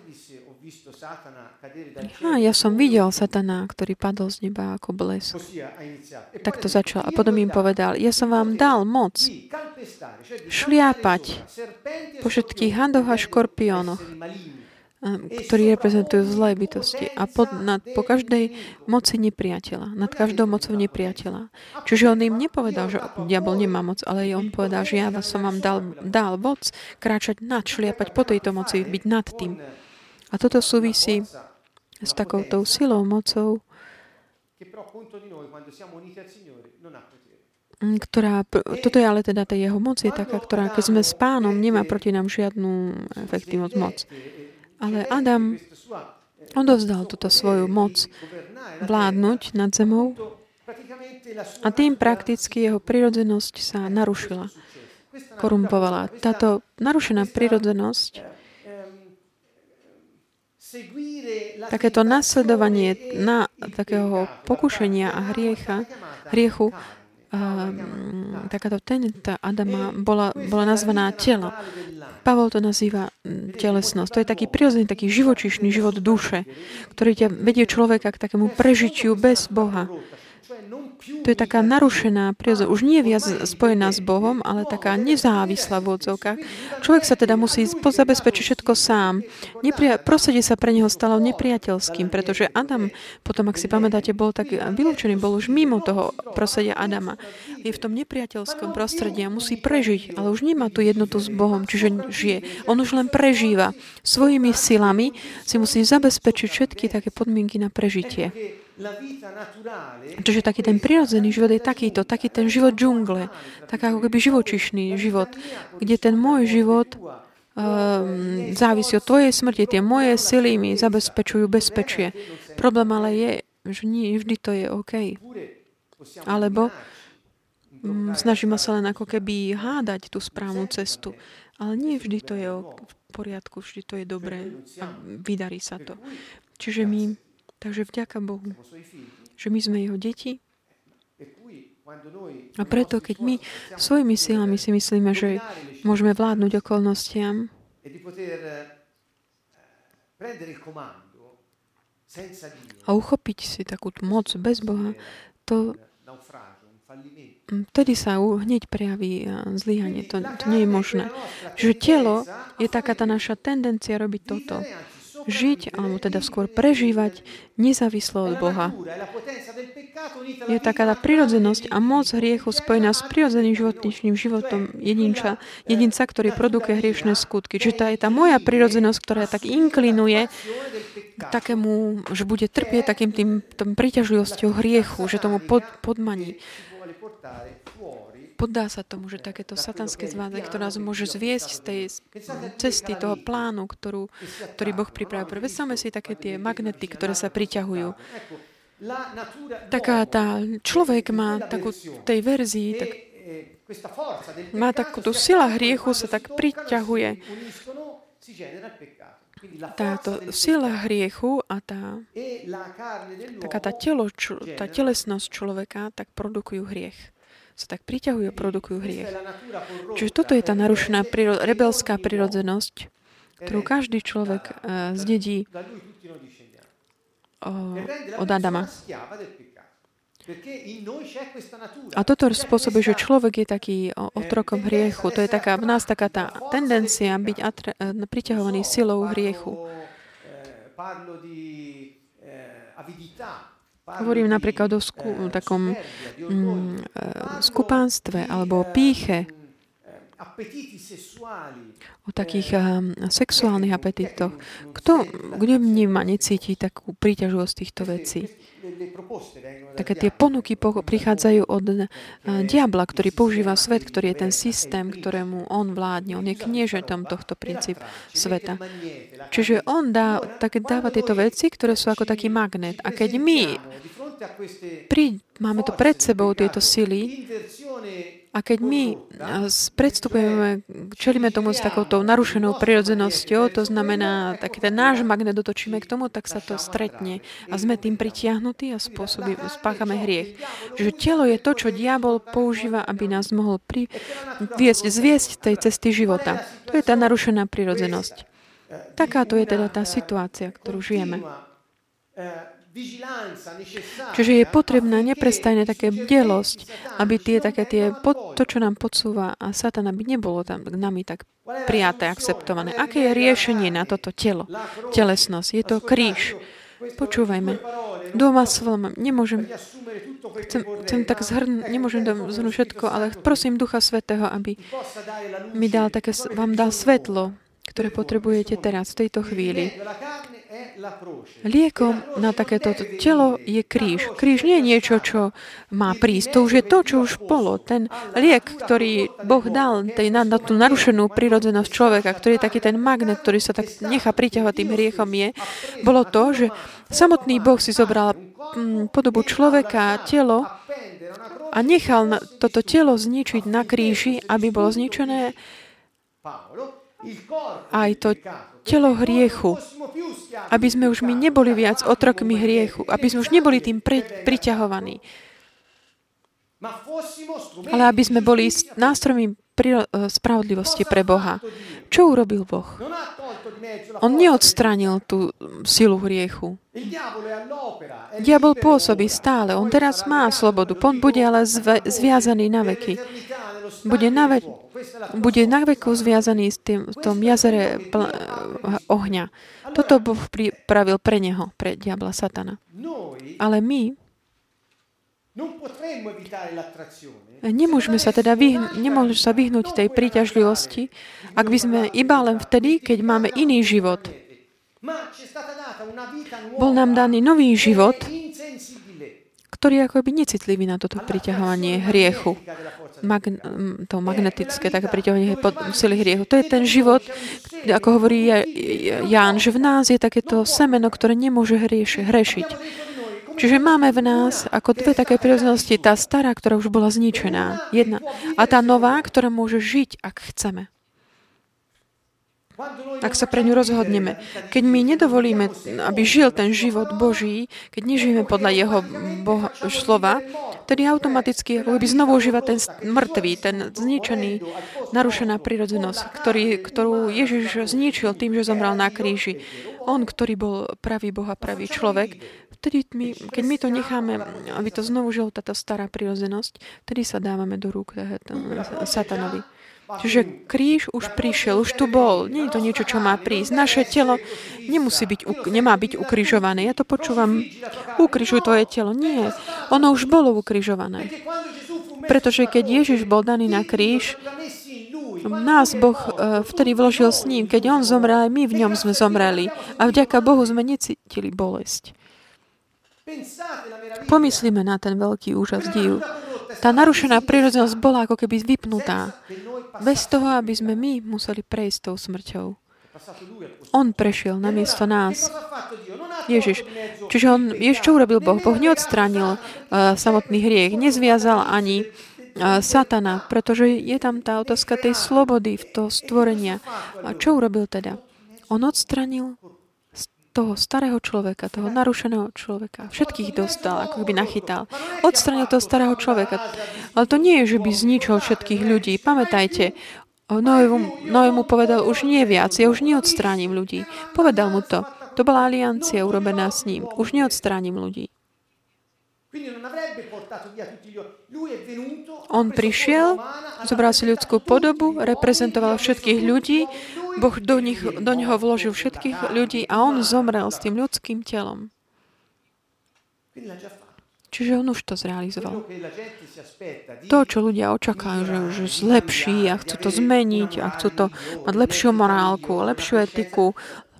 a ja som videl Satana, ktorý padol z neba ako blesk. Tak to začal. A potom im povedal, ja som vám dal moc šliapať po všetkých hadoch a škorpiónoch, ktorí reprezentujú zlé bytosti a pod, nad, po každej moci nepriateľa, nad každou mocou nepriateľa. Čiže on im nepovedal, že diabol nemá moc, ale on povedal, že ja som vám dal, dal moc kráčať nad, šliapať po tejto moci, byť nad tým. A toto súvisí s takoutou silou, mocou, ktorá, toto je ale teda tá jeho moc je taká, ktorá keď sme s Pánom, nemá proti nám žiadnu efektívnu moc. Ale Adam odovzdal túto svoju moc vládnuť nad zemou a tým prakticky jeho prirodzenosť sa narušila, korumpovala. Táto narušená prirodzenosť, takéto nasledovanie na takého pokušenia a hriecha, hriechu, Um, takáto teneta Adama bola, bola nazvaná telo. Pavol to nazýva telesnosť. To je taký prirodzený, taký živočíšny život duše, ktorý ťa vedie človeka k takému prežitiu bez Boha. To je taká narušená prirodzenosť. Už nie viac spojená s Bohom, ale taká nezávislá v odzovkách. Človek sa teda musí zabezpečiť všetko sám. Nepria- prostredie sa pre neho stalo nepriateľským, pretože Adam, potom, ak si pamätáte, bol tak vylúčený, bol už mimo toho prostredia Adama. Je v tom nepriateľskom prostredí a musí prežiť, ale už nemá tú jednotu s Bohom, čiže žije. On už len prežíva. Svojimi silami si musí zabezpečiť všetky také podmienky na prežitie. Čiže taký ten prirodzený život je takýto, taký ten život džungle, tak ako keby živočišný život, kde ten môj život um, závisí od tvojej smrti, tie moje sily mi zabezpečujú bezpečie. Problém ale je, že nie vždy to je OK. Alebo um, snažíme sa len ako keby hádať tú správnu cestu, ale nie vždy to je v poriadku, vždy to je dobré a vydarí sa to. Čiže my Takže vďaka Bohu, že my sme jeho deti. A preto, keď my svojimi silami si myslíme, že môžeme vládnuť okolnostiam a uchopiť si takú moc bez Boha, to vtedy sa hneď prejaví zlyhanie. To, to nie je možné. Že telo je taká tá naša tendencia robiť toto. Žiť, alebo teda skôr prežívať nezávislo od Boha. Je taká tá prirodzenosť a moc hriechu spojená s prirodzeným životným životom jedinča, jedinca, ktorý produkuje hriešne skutky. Čiže tá je tá moja prirodzenosť, ktorá tak inklinuje k takému, že bude trpieť takým tým, tým priťažujosťou hriechu, že tomu pod, podmaní. Poddá sa tomu, že takéto satanské zvádzanie, ktorá nás môže zviesť z tej cesty, toho plánu, ktorú, ktorý Boh pripravil. Predstavme si také tie magnety, ktoré sa priťahujú. Taká tá, človek má takú, v tej verzii, tak, má takú tú sila hriechu, sa tak priťahuje. Táto sila hriechu a tá, taká tá, telo, tá telesnosť človeka, tak produkujú hriech. Sa tak priťahujú a produkujú hriech. Čiže toto je tá narušená príro- rebelská prirodzenosť, ktorú každý človek uh, zdedí uh, od Adama. A toto spôsobuje, že človek je taký otrokom hriechu. To je taká, v nás taká tá tendencia byť atre- priťahovaný silou hriechu. Hovorím napríklad o sku- takom mm, skupánstve alebo pýche, o takých um, sexuálnych apetítoch. Kto, kde vníma, necíti takú príťažovosť týchto vecí? Také tie ponuky po- prichádzajú od uh, diabla, ktorý používa svet, ktorý je ten systém, ktorému on vládne. On je kniežatom tohto princíp sveta. Čiže on dá, tak dáva tieto veci, ktoré sú ako taký magnet. A keď my pri, máme to pred sebou, tieto sily, a keď my predstupujeme, čelíme tomu s takouto narušenou prirodzenosťou, to znamená, taký ten náš magnet dotočíme k tomu, tak sa to stretne a sme tým pritiahnutí a spôsobí, spáchame hriech. Čiže telo je to, čo diabol používa, aby nás mohol pri, viesť, zviesť tej cesty života. To je tá narušená prirodzenosť. Takáto je teda tá situácia, ktorú žijeme. Čiže je potrebná neprestajne také bdelosť, aby tie také tie, pod, to, čo nám podsúva a Satan, aby nebolo tam nami tak prijaté, akceptované. Aké je riešenie na toto telo, telesnosť? Je to kríž. Počúvajme. Doma slovom, nemôžem, chcem, chcem tak zhrnúť, nemôžem zhrnúť všetko, ale prosím Ducha Svätého, aby mi dal také, vám dal svetlo, ktoré potrebujete teraz, v tejto chvíli. Liekom na takéto telo je kríž. Kríž nie je niečo, čo má prísť. To už je to, čo už bolo. Ten liek, ktorý Boh dal tej, na, na tú narušenú prirodzenosť človeka, ktorý je taký ten magnet, ktorý sa tak nechá priťahovať tým hriechom, je, bolo to, že samotný Boh si zobral mm, podobu človeka, telo a nechal na, toto telo zničiť na kríži, aby bolo zničené aj to telo hriechu, aby sme už my neboli viac otrokmi hriechu, aby sme už neboli tým pre, priťahovaní, ale aby sme boli nástrojmi spravodlivosti pre Boha. Čo urobil Boh? On neodstránil tú silu hriechu. Diabol pôsobí stále. On teraz má slobodu. On bude ale zve, zviazaný na veky. Bude na, ve, bude na veku zviazaný s tým, v tom jazere pl- ohňa. Toto Boh pripravil pre neho, pre diabla Satana. Ale my nemôžeme sa teda vyhnúť, nemôžeme sa vyhnúť tej príťažlivosti, ak by sme iba len vtedy, keď máme iný život. Bol nám daný nový život, ktorý je akoby necitlivý na toto priťahovanie hriechu. Mag- to magnetické také priťahovanie sily hriechu. To je ten život, ako hovorí Ján, že v nás je takéto semeno, ktoré nemôže hrieš- hrešiť. Čiže máme v nás ako dve také prirodzenosti. Tá stará, ktorá už bola zničená. Jedna. A tá nová, ktorá môže žiť, ak chceme. Ak sa pre ňu rozhodneme. Keď my nedovolíme, aby žil ten život Boží, keď nežijeme podľa jeho Boha, slova, tedy automaticky ako by znovu užíva ten mŕtvý, ten zničený, narušená prirodzenosť, ktorý, ktorú Ježiš zničil tým, že zomrel na kríži. On, ktorý bol pravý Boh a pravý človek, vtedy my, keď my to necháme, aby to znovu žilo táto stará prirodzenosť, vtedy sa dávame do rúk Satanovi. Čiže kríž už prišiel, už tu bol. Nie je to niečo, čo má prísť. Naše telo nemusí byť, nemá byť ukrižované. Ja to počúvam. Ukrižuj tvoje telo. Nie. Ono už bolo ukrižované. Pretože keď Ježiš bol daný na kríž, nás Boh vtedy vložil s ním. Keď on zomrel, my v ňom sme zomreli. A vďaka Bohu sme necítili bolesť. Pomyslíme na ten veľký úžas, div. Tá narušená prirodzenosť bola ako keby vypnutá. Bez toho, aby sme my museli prejsť tou smrťou. On prešiel namiesto nás. Ježiš. Čiže on, Ježiš, čo urobil Boh? Boh neodstránil uh, samotný hriech, nezviazal ani uh, Satana, pretože je tam tá otázka tej slobody, v toho stvorenia. A čo urobil teda? On odstránil toho starého človeka, toho narušeného človeka. Všetkých dostal, ako by nachytal. Odstranil toho starého človeka. Ale to nie je, že by zničil všetkých ľudí. Pamätajte, Noému, Noému povedal, už nie viac, ja už neodstránim ľudí. Povedal mu to. To bola aliancia urobená s ním. Už neodstránim ľudí. On prišiel, zobral si ľudskú podobu, reprezentoval všetkých ľudí, Boh do, nich, do neho vložil všetkých ľudí a on zomrel s tým ľudským telom. Čiže on už to zrealizoval. To, čo ľudia očakajú, že, že zlepší a chcú to zmeniť a chcú to mať lepšiu morálku, lepšiu etiku.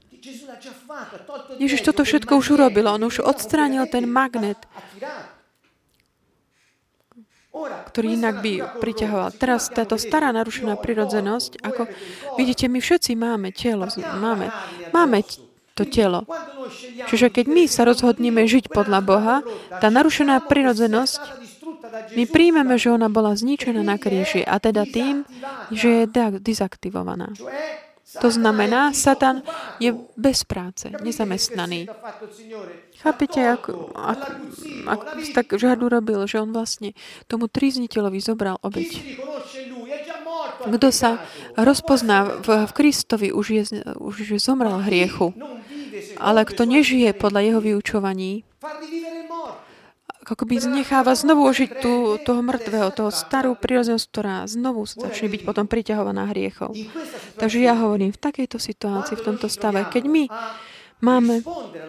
Ježiš toto všetko už urobil. On už odstránil ten magnet, ktorý inak by priťahoval. Teraz táto stará narušená prirodzenosť, ako vidíte, my všetci máme telo, máme, máme to telo. Čiže keď my sa rozhodneme žiť podľa Boha, tá narušená prirodzenosť, my príjmeme, že ona bola zničená na kríži a teda tým, že je dezaktivovaná. To znamená, Satan je bez práce, nezamestnaný. Chápete, ako, ako, ako tak žadu robil, že on vlastne tomu trízniteľovi zobral obeť. Kto sa rozpozná v, v Kristovi, už je, už je zomrel hriechu. Ale kto nežije podľa jeho vyučovaní, ako by necháva znovu ožiť tú, toho mŕtvého, toho starú prirodzenosť, ktorá znovu sa začne byť potom priťahovaná hriechov. Takže ja hovorím, v takejto situácii, v tomto stave, keď my máme,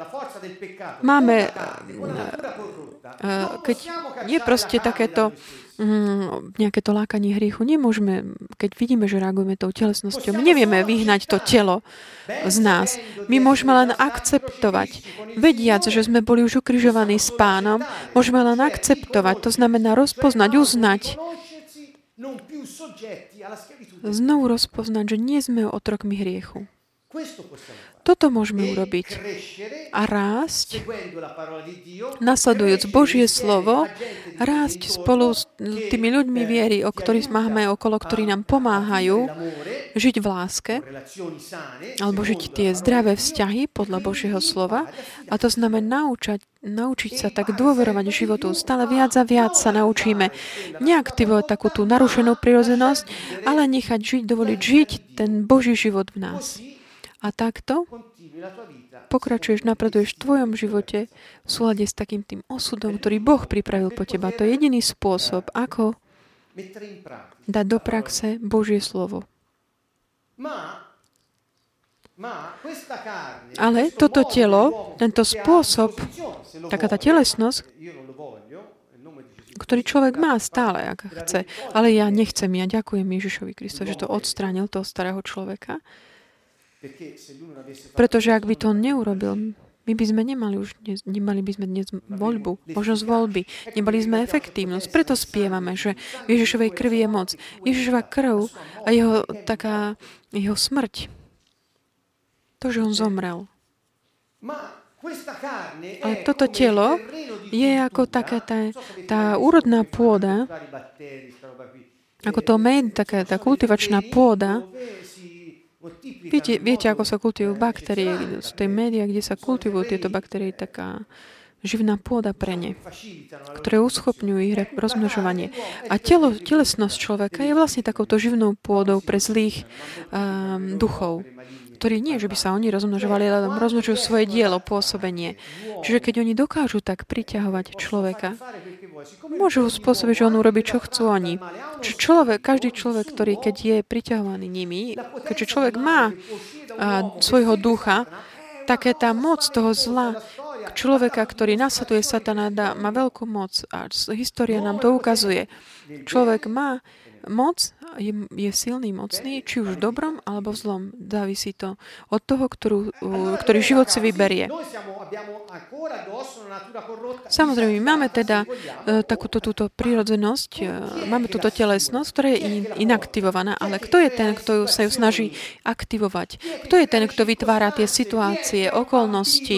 máme keď je proste takéto mm, nejaké to lákanie hriechu. Nemôžeme, keď vidíme, že reagujeme tou telesnosťou, my nevieme vyhnať to telo z nás. My môžeme len akceptovať. Vediac, že sme boli už ukrižovaní s Pánom, môžeme len akceptovať. To znamená rozpoznať, uznať. Znovu rozpoznať, že nie sme otrokmi hriechu. Toto môžeme urobiť a rásť, nasledujúc Božie slovo, rásť spolu s tými ľuďmi viery, o ktorých máme okolo, ktorí nám pomáhajú žiť v láske, alebo žiť tie zdravé vzťahy podľa Božieho slova. A to znamená naučať, naučiť sa tak dôverovať životu. Stále viac a viac sa naučíme neaktivovať takú tú narušenú prirodzenosť, ale nechať žiť, dovoliť žiť ten Boží život v nás. A takto pokračuješ, napreduješ v tvojom živote v súlade s takým tým osudom, ktorý Boh pripravil po teba. To je jediný spôsob, ako dať do praxe Božie slovo. Ale toto telo, tento spôsob, taká tá telesnosť, ktorý človek má stále, ak chce. Ale ja nechcem, ja ďakujem Ježišovi Kristovi, že to odstránil toho starého človeka. Pretože ak by to on neurobil, my by sme nemali už dnes, nemali by sme dnes voľbu, možnosť voľby. Nebali sme efektívnosť. Preto spievame, že v Ježišovej krvi je moc. Ježišova krv a jeho taká, jeho smrť. To, že on zomrel. Ale toto telo je ako taká tá, tá úrodná pôda, ako to med, taká tá kultivačná pôda. Viete, viete, ako sa kultivujú baktérie, z tej média, kde sa kultivujú tieto baktérie, taká živná pôda pre ne, ktoré uschopňujú ich rozmnožovanie. A telo, telesnosť človeka je vlastne takouto živnou pôdou pre zlých um, duchov, ktorí nie, že by sa oni rozmnožovali, ale rozmnožujú svoje dielo, pôsobenie. Čiže keď oni dokážu tak priťahovať človeka, môžu spôsobiť, že on urobí, čo chcú oni. Čiže človek, každý človek, ktorý keď je priťahovaný nimi, keďže človek má a, svojho ducha, také tá moc toho zla, človeka, ktorý nasleduje satana, dá, má veľkú moc a história nám to ukazuje. Človek má moc, je, je silný, mocný, či už v dobrom, alebo v zlom. Závisí to od toho, ktorú, ktorý život si vyberie. Samozrejme, máme teda uh, takúto túto prírodzenosť, uh, máme túto telesnosť, ktorá je in, inaktivovaná, ale kto je ten, kto ju, sa ju snaží aktivovať? Kto je ten, kto vytvára tie situácie, okolnosti?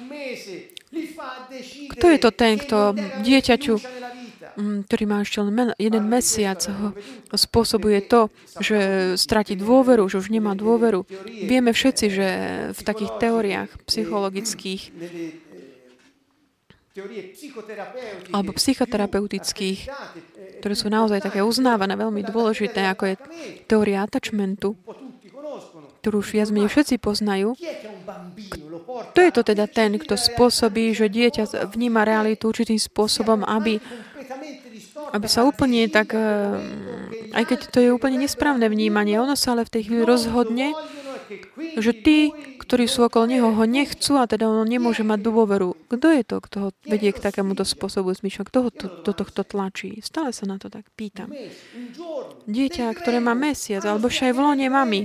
Kto je to ten, kto dieťaťu, ktorý má ešte len jeden mesiac, ho spôsobuje to, že stratí dôveru, že už nemá dôveru. Vieme všetci, že v takých teóriách psychologických alebo psychoterapeutických, ktoré sú naozaj také uznávané, veľmi dôležité, ako je teória attachmentu, ktorú už viac menej všetci poznajú. Kto je to teda ten, kto spôsobí, že dieťa vníma realitu určitým spôsobom, aby, aby sa úplne tak, aj keď to je úplne nesprávne vnímanie, ono sa ale v tej chvíli rozhodne, že tí, ktorí sú okolo neho, ho nechcú a teda ono nemôže mať dôveru. Kto je to, kto ho vedie k takémuto spôsobu zmýšľania? Kto ho to, do tohto tlačí? Stále sa na to tak pýtam. Dieťa, ktoré má mesiac, alebo ešte aj v lone mami.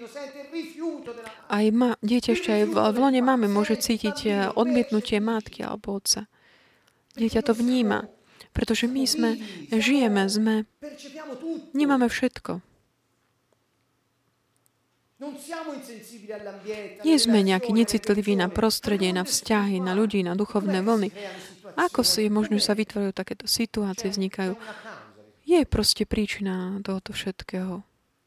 Aj ma, dieťa ešte aj v, v lone mami môže cítiť odmietnutie matky alebo otca. Dieťa to vníma, pretože my sme, žijeme, sme, nemáme všetko. Nie sme nejakí necitliví na prostredie, na vzťahy, na ľudí, na duchovné vlny. Ako si je možné, že sa vytvárajú takéto situácie, vznikajú? Je proste príčina tohoto všetkého.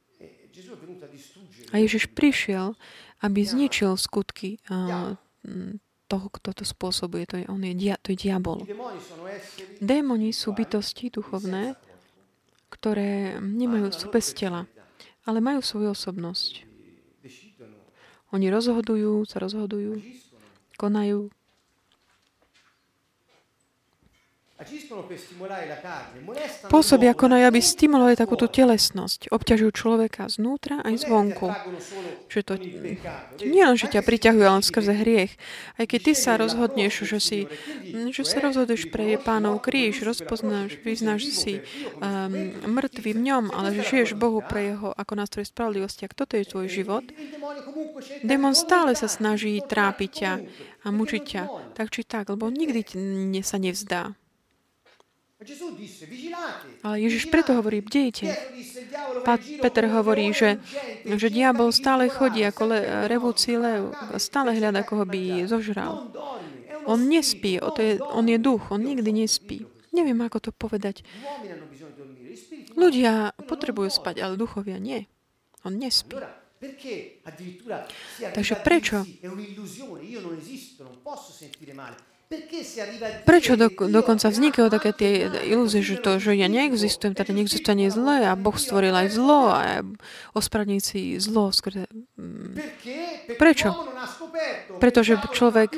A Ježiš prišiel, aby zničil skutky toho, kto to spôsobuje. To je, on je, to je diabol. Démoni sú bytosti duchovné, ktoré nemajú, sú bez tela, ale majú svoju osobnosť. Oni rozhodujú, sa rozhodujú, konajú. Pôsobia ako na aby stimulovali takúto telesnosť. Obťažujú človeka znútra aj zvonku. Že to, to nie len, že ťa priťahujú len skrze hriech. Aj keď ty sa rozhodneš, že si že sa rozhoduješ pre Pánov kríž, rozpoznáš, vyznáš si um, mŕtvy v ňom, ale že žiješ Bohu pre jeho ako nástroj spravodlivosti. Ak toto je tvoj život, démon stále sa snaží trápiť ťa a mučiť ťa. Tak či tak, lebo nikdy sa nevzdá. Ale Ježiš preto hovorí, bdejte. Peter hovorí, že, že diabol stále chodí ako le, revúci lev, stále hľadá, koho by zožral. On nespí, on je, on je duch, on nikdy nespí. Neviem, ako to povedať. Ľudia potrebujú spať, ale duchovia nie. On nespí. Takže prečo? Prečo do, dokonca vznikajú také tie ilúzie, že to, že ja neexistujem, teda neexistuje nie zlé a Boh stvoril aj zlo a ospravedlniť si zlo skrze... Prečo? Pretože človek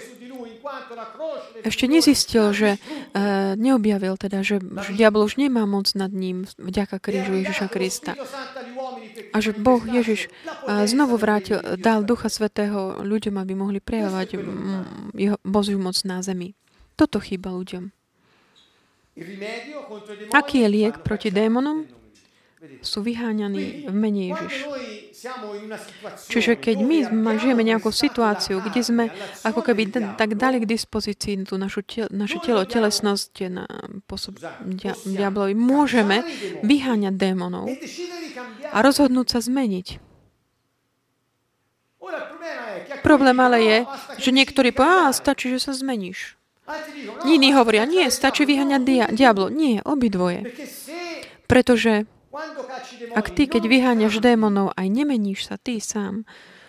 ešte nezistil, že uh, neobjavil teda, že, že diabol už nemá moc nad ním vďaka krížu Ježiša Krista. A že Boh Ježiš uh, znovu vrátil, dal Ducha Svätého ľuďom, aby mohli prejavovať mm, jeho Božiu moc na zemi. Toto chýba ľuďom. Aký je liek proti démonom? Sú vyháňaní v mene Ježiš. Čiže keď my žijeme nejakú situáciu, kde sme ako keby d- tak dali k dispozícii tú našu tel- naše telo, telesnosť na posob dia- diablovi, môžeme vyháňať démonov a rozhodnúť sa zmeniť. Problém ale je, že niektorí povedia, stačí, že sa zmeníš. Iní hovoria, nie, stačí vyháňať dia- diablo. Nie, obidvoje. Pretože ak ty, keď vyháňaš démonov, aj nemeníš sa ty sám.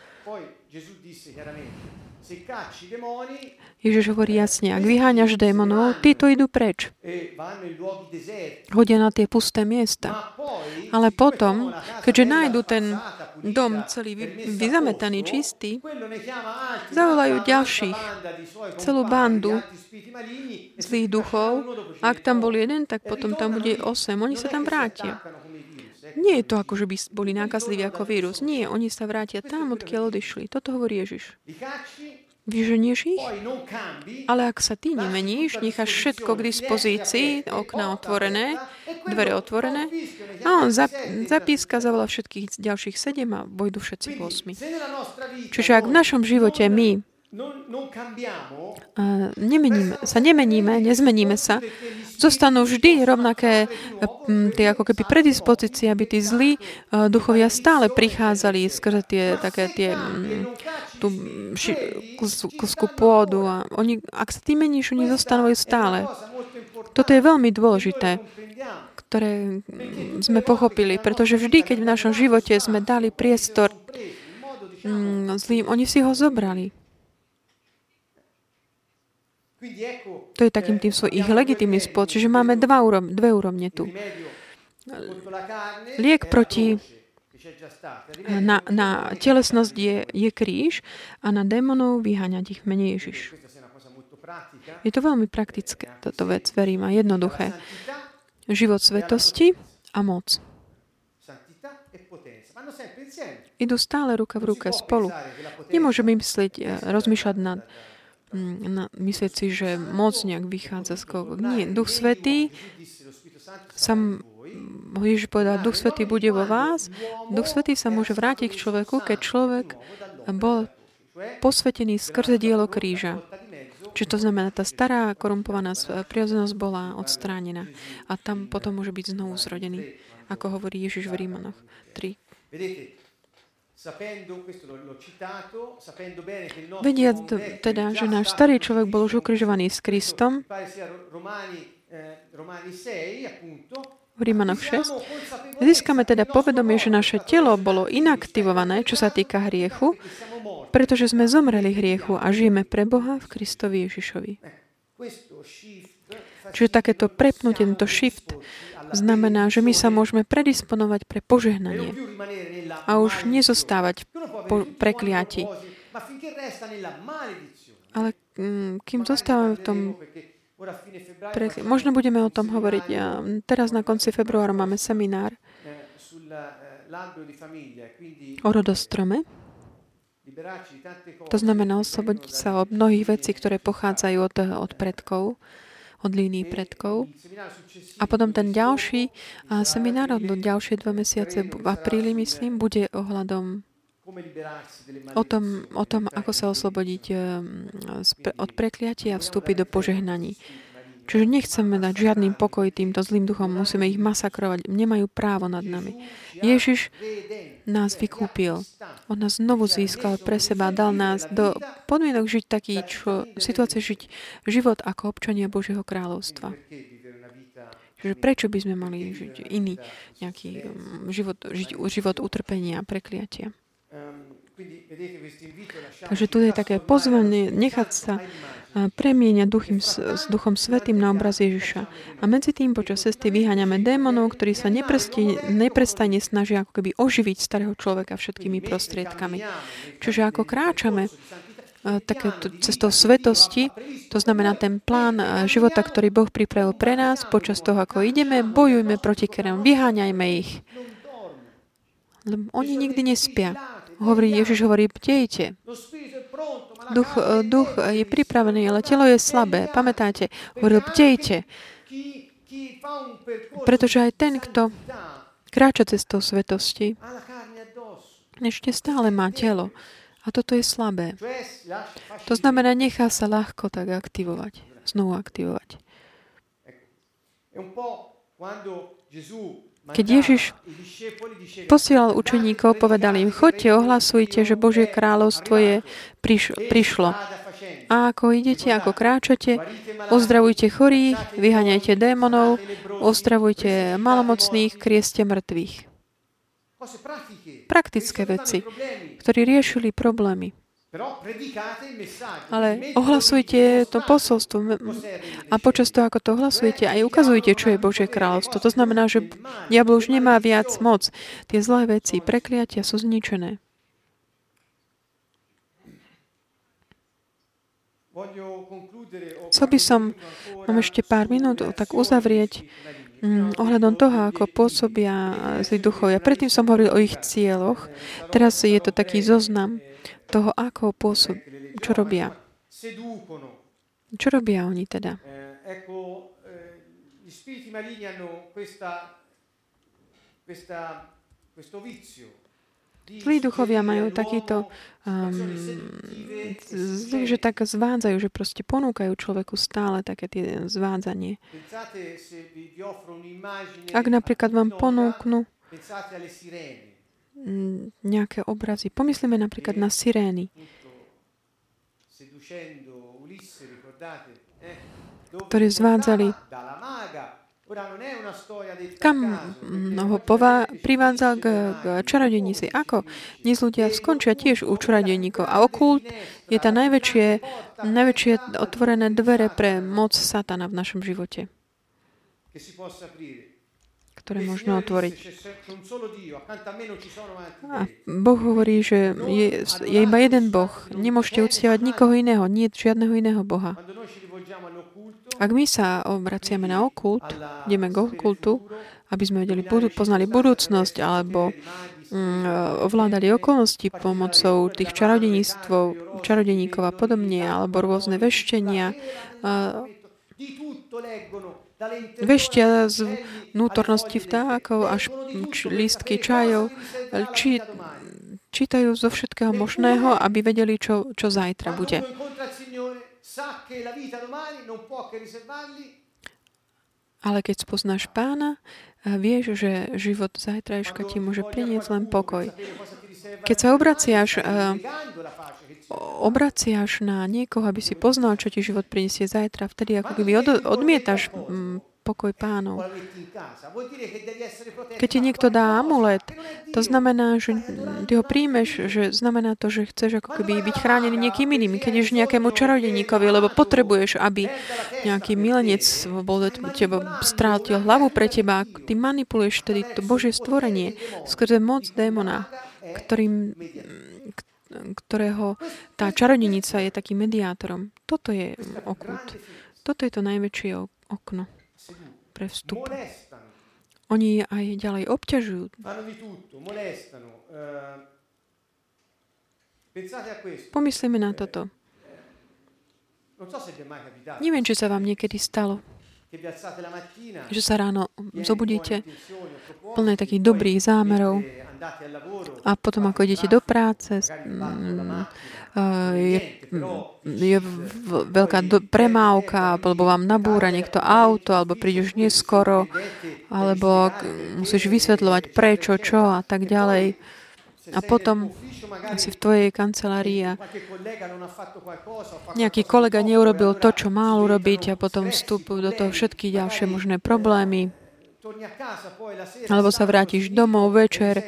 Ježiš hovorí jasne, ak vyháňaš démonov, títo idú preč. Hodia na tie pusté miesta. Ale potom, keďže nájdu ten dom celý vyzametaný, čistý, zavolajú ďalších, celú bandu zlých duchov. Ak tam bol jeden, tak potom tam bude osem. Oni sa tam vrátia. Nie je to ako, že by boli nákazliví ako vírus. Nie, oni sa vrátia tam, odkiaľ odišli. Toto hovorí Ježiš. Vyženieš ich, ale ak sa ty nemeníš, necháš všetko k dispozícii, okná otvorené, dvere otvorené, a on zap, zapíska, zavolá všetkých ďalších sedem a vojdu všetci osmi. Čiže ak v našom živote my Uh, nemeníme, sa nemeníme, nezmeníme sa, zostanú vždy rovnaké um, tie ako keby predispozície, aby tí zlí uh, duchovia stále prichádzali skrze tie také tie um, tú ši, kus, kusku pôdu a oni, ak sa ty meníš, oni zostanú stále. Toto je veľmi dôležité, ktoré sme pochopili, pretože vždy, keď v našom živote sme dali priestor um, zlým, oni si ho zobrali. To je takým tým svoj ich legitímny spôsob. Čiže máme dva úrovne, dve úrovne tu. Liek proti na, na telesnosť je, je kríž a na démonov vyháňať ich v mene Ježiš. Je to veľmi praktické, toto vec, verím, a jednoduché. Život svetosti a moc. Idú stále ruka v ruke spolu. Nemôžeme myslieť, rozmýšľať nad Na, myslieť si, že moc nejak vychádza z koho. Nie, Duch Svätý, sam, Ježiš povedal, Duch Svätý bude vo vás. Duch Svätý sa môže vrátiť k človeku, keď človek bol posvetený skrze dielo kríža. Čiže to znamená, tá stará korumpovaná prirodzenosť bola odstránená. A tam potom môže byť znovu zrodený, ako hovorí Ježiš v Rímanoch tri. Vediac teda, že náš starý človek bol už ukrižovaný s Kristom, v Rímanoch šesť, získame teda povedomie, že naše telo bolo inaktivované, čo sa týka hriechu, pretože sme zomreli hriechu a žijeme pre Boha v Kristovi Ježišovi. Čiže takéto prepnutie, tento shift, znamená, že my sa môžeme predisponovať pre požehnanie a už nezostávať po prekliati. Ale kým zostávame v tom Pre, možno budeme o tom hovoriť. Ja, teraz na konci februára máme seminár o rodostrome. To znamená oslobodiť sa od mnohých vecí, ktoré pochádzajú od, od predkov, od línií predkov. A potom ten ďalší seminár, do ďalšie dva mesiace v apríli, myslím, bude ohľadom o tom, o tom, ako sa oslobodiť od prekliatia a vstúpiť do požehnaní. Čiže nechceme dať žiadny pokoj týmto zlým duchom, musíme ich masakrovať, nemajú právo nad nami. Ježiš nás vykúpil, on nás znovu získal pre seba, dal nás do podmienok žiť taký, čo, situácie žiť život ako občania Božieho kráľovstva. Čiže prečo by sme mali žiť iný nejaký život, žiť život utrpenia a prekliatia? Takže tu je také pozvanie nechať sa premieňať duchom, s Duchom Svätým na obraz Ježiša. A medzi tým počas cesty vyháňame démonov, ktorí sa neprestajne snažia ako keby oživiť starého človeka všetkými prostriedkami. Čiže ako kráčame takéto cestou svetosti, to znamená ten plán života, ktorý Boh pripravil pre nás, počas toho, ako ideme, bojujme proti kerám, vyháňajme ich. Lebo oni nikdy nespia. Hovorí, Ježiš hovorí, bdejte. Duch, duch je pripravený, ale telo je slabé. Pamätáte? Hovoril, bdejte. Pretože aj ten, kto kráča cestou svetosti, ešte stále má telo. A toto je slabé. To znamená, nechá sa ľahko tak aktivovať. Znovu aktivovať. Keď Ježiš posielal učeníkov, povedal im, choďte, ohlasujte, že Božie kráľovstvo je priš- prišlo. A ako idete, ako kráčate, uzdravujte chorých, vyháňajte démonov, uzdravujte malomocných, krieste mŕtvych. Praktické veci, ktorí riešili problémy. Ale ohlasujte to posolstvo a počas toho, ako to ohlasujete, aj ukazujte, čo je Božie kráľovstvo. To znamená, že diabol už nemá viac moc. Tie zlé veci, prekliatia sú zničené. Chcel by som, mám ešte pár minút, tak uzavrieť mm, ohľadom toho, ako pôsobia zlí duchovia. Predtým som hovoril o ich cieľoch. Teraz je to taký zoznam toho, ako pôsob, čo robia. Čo robia oni teda? Zlí duchovia majú takýto um, zlý, že tak zvádzajú, že proste ponúkajú človeku stále také tie zvádzanie. Ak napríklad vám ponúknu nejaké obrazy. Pomyslíme napríklad na sirény, ktorí zvádzali. Kam ho pová, privádzal k, k čarodejnici. Ako? Dnes ľudia skončia tiež u čarodejníkov. A okult je tá najväčšie, najväčšie otvorené dvere pre moc satana v našom živote, ktoré možno otvoriť. A Boh hovorí, že je, je iba jeden Boh. Nemôžete uctievať nikoho iného. Nie žiadneho iného Boha. Ak my sa obraciame na okult, ideme k okultu, aby sme vedeli, poznali budúcnosť alebo mm, ovládali okolnosti pomocou tých čarodeníkov a podobne, alebo rôzne veštenia, veštia z vnútornosti vtákov až č- lístky čajov, či, čítajú zo všetkého možného, aby vedeli, čo, čo zajtra bude. Ale keď spoznáš Pána, vieš, že život zajtrajška ti môže priniesť len pokoj. Keď sa obraciaš, obraciaš na niekoho, aby si poznal, čo ti život priniesie zajtra, vtedy ako keby od, odmietaš pokoj Pánov. Keď ti niekto dá amulet, to znamená, že ty ho príjmeš, že znamená to, že chceš ako keby byť chránený niekým iným. Keď ješ nejakému čarodejníkovi, lebo potrebuješ, aby nejaký milenec bol teba, strátil hlavu pre teba, ty manipuluješ tedy to Božie stvorenie skrze moc démona, ktorým, ktorého tá čarodejnica je takým mediátorom. Toto je okult. Toto je to najväčšie okno pre vstup. Oni aj ďalej obťažujú. Pomyslíme na toto. Neviem, či sa vám niekedy stalo, že sa ráno zobudíte plné takých dobrých zámerov a potom, ako idete do práce, je, je veľká do, premávka, alebo vám nabúra niekto auto, alebo prídeš neskoro, alebo musíš vysvetľovať prečo, čo a tak ďalej. A potom asi v tvojej kancelárii a nejaký kolega neurobil to, čo mal urobiť a potom vstupujú do toho všetky ďalšie možné problémy. Alebo sa vrátiš domov večer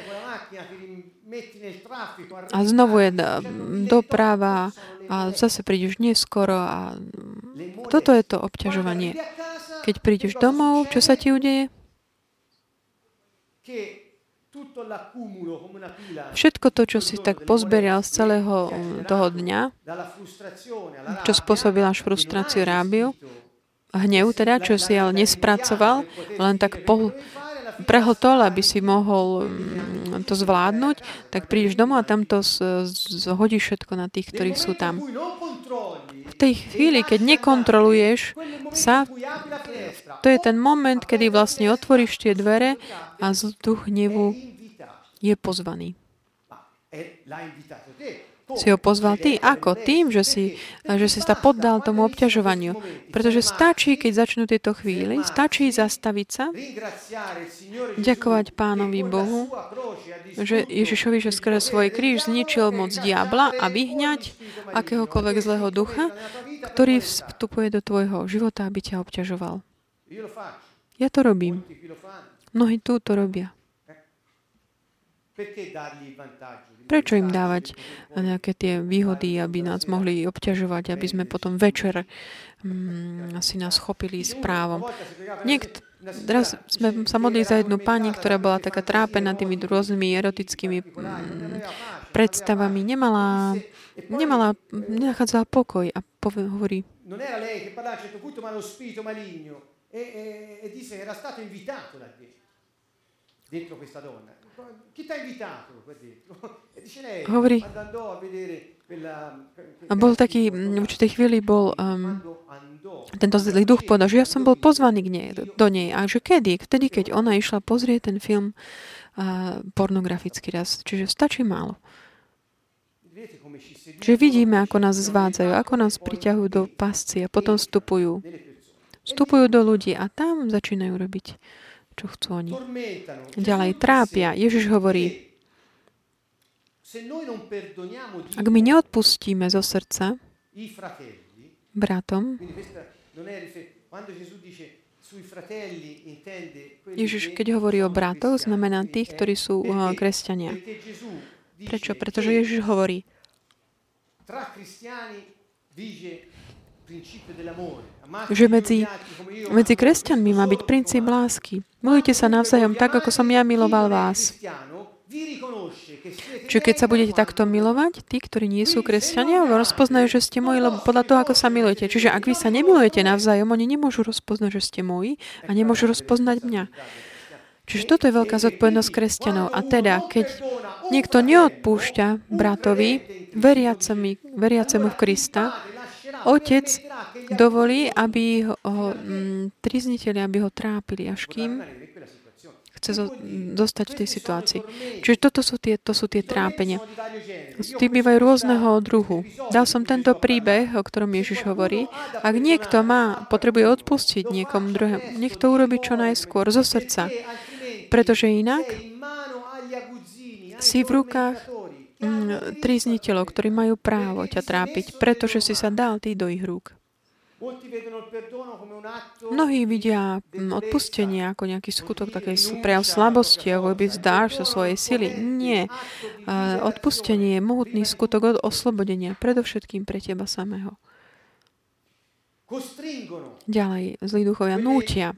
a znovu je doprava a zase prídeš neskoro a toto je to obťažovanie. Keď prídeš domov, čo sa ti udeje? Všetko to, čo si tak pozberial z celého toho dňa, čo spôsobil až frustráciu, rábiu, hnev teda, čo si ale nespracoval, len tak po, prehltol, aby si mohol to zvládnuť, tak prídeš domov a tam to zhodíš všetko na tých, ktorí sú tam. V tej chvíli, keď nekontroluješ sa, to je ten moment, kedy vlastne otvoríš tie dvere a vzduch hnevu je pozvaný. Si ho pozval ty? Ako? Tým, že si, že si sa poddal tomu obťažovaniu. Pretože stačí, keď začnú tieto chvíli, stačí zastaviť sa, ďakovať Pánovi Bohu, že Ježišovi, že skrze svoj kríž zničil moc diabla a vyhňať akéhokoľvek zlého ducha, ktorý vstupuje do tvojho života, aby ťa obťažoval. Ja to robím. Mnohí tu to robia. Prečo im dávať nejaké tie výhody, aby nás mohli obťažovať, aby sme potom večer mm, si nás chopili s právom. Niekt, raz sme sa modlili za jednu pani, ktorá bola taká trápená tými rôznymi erotickými mm, predstavami. Nemala, nemala, nenachádzala pokoj a povie, hovorí, dentro questa donna. Chi t'ha invitato qua dentro? E dice lei, hovorí, andò a vedere quella. A bol taký, v určitej chvíli bol um, tento zlý duch povedal, že ja som bol pozvaný k nej, do nej. A že kedy? Vtedy, keď ona išla pozrieť ten film uh, pornografický raz. Čiže stačí málo. Čiže vidíme, ako nás zvádzajú, ako nás priťahujú do pasci a potom vstupujú. Vstupujú do ľudí a tam začínajú robiť, čo chcú oni. Ďalej trápia. Ježiš hovorí, ak my neodpustíme zo srdca bratom, Ježiš, keď hovorí o bratoch, znamená tých, ktorí sú uh, kresťania. Prečo? Pretože Ježiš hovorí, že medzi, medzi kresťanmi má byť princíp lásky. Milujte sa navzájom tak, ako som ja miloval vás. Čiže keď sa budete takto milovať, tí, ktorí nie sú kresťania, rozpoznajú, že ste moji podľa toho, ako sa milujete. Čiže ak vy sa nemilujete navzájom, oni nemôžu rozpoznať, že ste moji a nemôžu rozpoznať mňa. Čiže toto je veľká zodpovednosť kresťanov. A teda, keď niekto neodpúšťa bratovi, veriacemu, veriacemu v Krista, Otec dovolí, aby ho, ho trizniteľi, aby ho trápili, až kým chce zo, dostať v tej situácii. Čiže toto sú tie, to sú tie trápenia. Tí bývajú rôzneho druhu. Dal som tento príbeh, o ktorom Ježiš hovorí. Ak niekto má, potrebuje odpustiť niekomu druhému, nech to urobí čo najskôr, zo srdca. Pretože inak si v rukách trízniteľov, ktorí majú právo ťa trápiť, pretože si sa dal ty do ich rúk. Mnohí vidia odpustenie ako nejaký skutok takej prejav slabosti, ako by vzdáš sa svojej sily. Nie. Odpustenie je mohutný skutok od oslobodenia, predovšetkým pre teba samého. Ďalej, zlí duchovia nútia.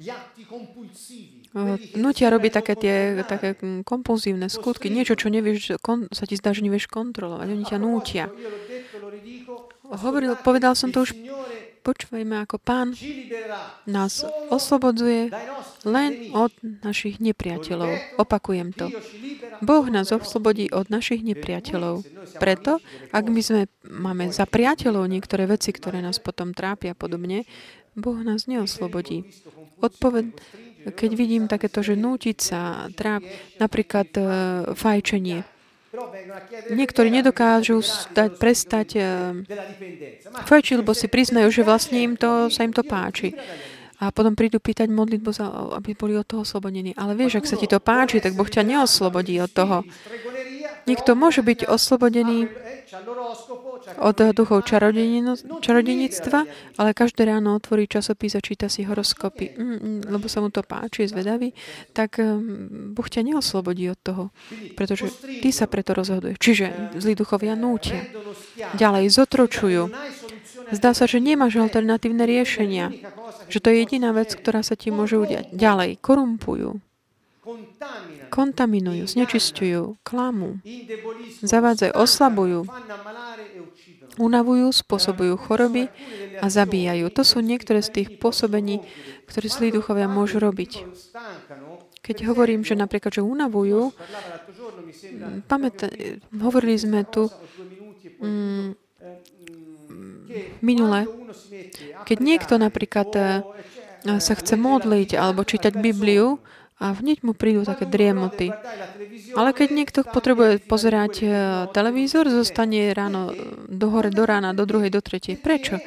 Nútia robiť také tie také kompulzívne skutky. Niečo, čo nevieš, kon, sa ti zdá, že nevieš kontrolovať. Oni ťa nútia. Hovoril, povedal som to už počúvajme, ako Pán nás oslobodzuje len od našich nepriateľov. Opakujem to. Boh nás oslobodí od našich nepriateľov. Preto, ak my sme, máme za priateľov niektoré veci, ktoré nás potom trápia podobne, Boh nás neoslobodí. Odpoved, keď vidím takéto, že nútiť sa, tráp, napríklad uh, fajčenie. Niektorí nedokážu stať, prestať uh, fajčiť, lebo si priznajú, že vlastne im to, sa im to páči. A potom prídu pýtať modlitbu, za, aby boli od toho oslobodení. Ale vieš, ak sa ti to páči, tak Boh ťa neoslobodí od toho. Niekto môže byť oslobodený od duchov čarodeníctva, ale každé ráno otvorí časopis a číta si horoskopy, mm, mm, lebo sa mu to páči, je zvedavý, tak um, Boh ťa neoslobodí od toho, pretože ty sa preto rozhoduješ. Čiže zlí duchovia nútia. Ďalej zotročujú. Zdá sa, že nemáš alternatívne riešenia. Že to je jediná vec, ktorá sa ti môže udiať. Ďalej, korumpujú. Kontaminujú, znečisťujú, klamú, zavádzajú, oslabujú, unavujú, spôsobujú choroby a zabíjajú. To sú niektoré z tých pôsobení, ktoré zlí duchovia môžu robiť. Keď hovorím, že napríklad, že unavujú, pamätá, hovorili sme tu mm, minule, keď niekto napríklad sa chce modliť alebo čítať Bibliu, a hneď mu prídu také driemoty. Ale keď niekto potrebuje pozerať televízor, zostane ráno do hore, do rána, do druhej, do tretej. Prečo?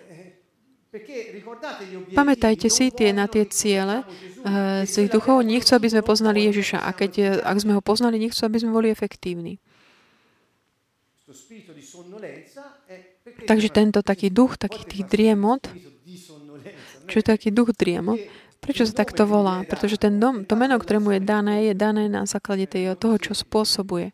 Pamätajte si tie, na tie ciele z ich duchov. Nechcú, aby sme poznali Ježiša. A keď, ak sme ho poznali, nechcú, aby sme boli efektívni. Takže tento taký duch, takých tých driemot, čo je taký duch driemot, prečo sa takto volá? Pretože ten dom, to meno, ktorému je dané, je dané na základe toho, čo spôsobuje.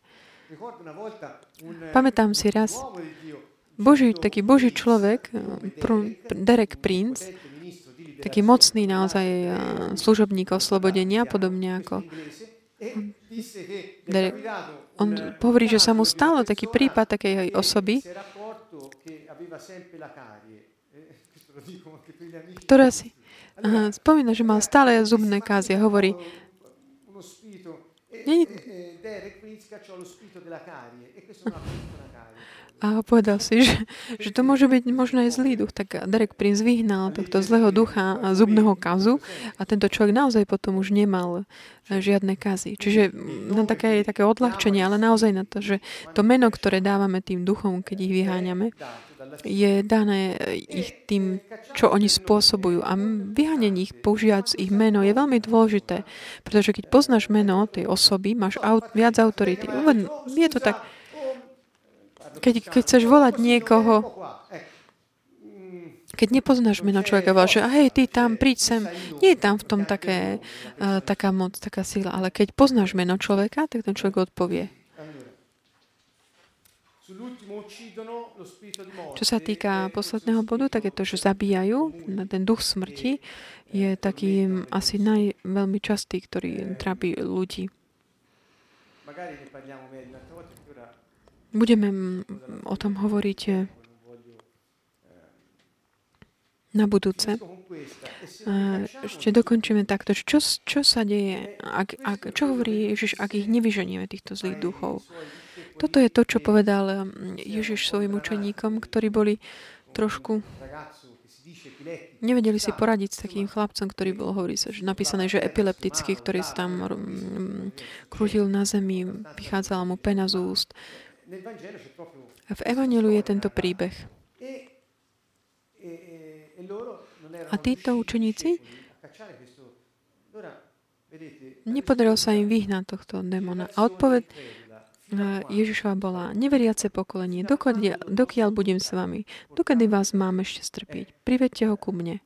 Pamätám si raz, Boží, taký Boží človek, Derek Prince, taký mocný naozaj služobník oslobodenia, podobne ako Derek. On hovorí, že sa mu stalo taký prípad takej osoby, ktorá si Aha, spomína, že mal stále zubné kázie. Hovorí, a povedal si, že, že to môže byť možno aj zlý duch. Tak Derek Prince vyhnal tohto zlého ducha zubného kazu a tento človek naozaj potom už nemal žiadne kazy. Čiže na také, také odľahčenie, ale naozaj na to, že to meno, ktoré dávame tým duchom, keď ich vyháňame, je dané ich tým, čo oni spôsobujú. A vyháňanie ich, používať ich meno, je veľmi dôležité. Pretože keď poznáš meno tej osoby, máš aut, viac autority. Je to tak, keď, keď chceš volať niekoho, keď nepoznáš meno človeka, voláš, že hej, ty tam, príď sem. Nie je tam v tom také, uh, taká moc, taká sila. Ale keď poznáš meno človeka, tak ten človek odpovie. Čo sa týka posledného bodu, tak je to, že zabíjajú. Ten duch smrti je taký asi naj, veľmi častý, ktorý trápi ľudí. Budeme o tom hovoriť na budúce. Ešte dokončíme takto. Čo, čo sa deje? Ak, ak, čo hovorí Ježiš, ak ich nevyženieme, týchto zlých duchov? Toto je to, čo povedal Ježiš svojim učeníkom, ktorí boli trošku... Nevedeli si poradiť s takým chlapcom, ktorý bol, hovorí sa, že napísané, že epileptický, ktorý sa tam krútil na zemi, vychádzala mu pena z úst. A v Evangeliu je tento príbeh. A títo učeníci nepodarilo sa im vyhnať tohto démona. A odpoveď Ježišova bola, neveriace pokolenie, dokiaľ, dokiaľ budem s vami, dokedy vás mám ešte strpiť, privedte ho ku mne.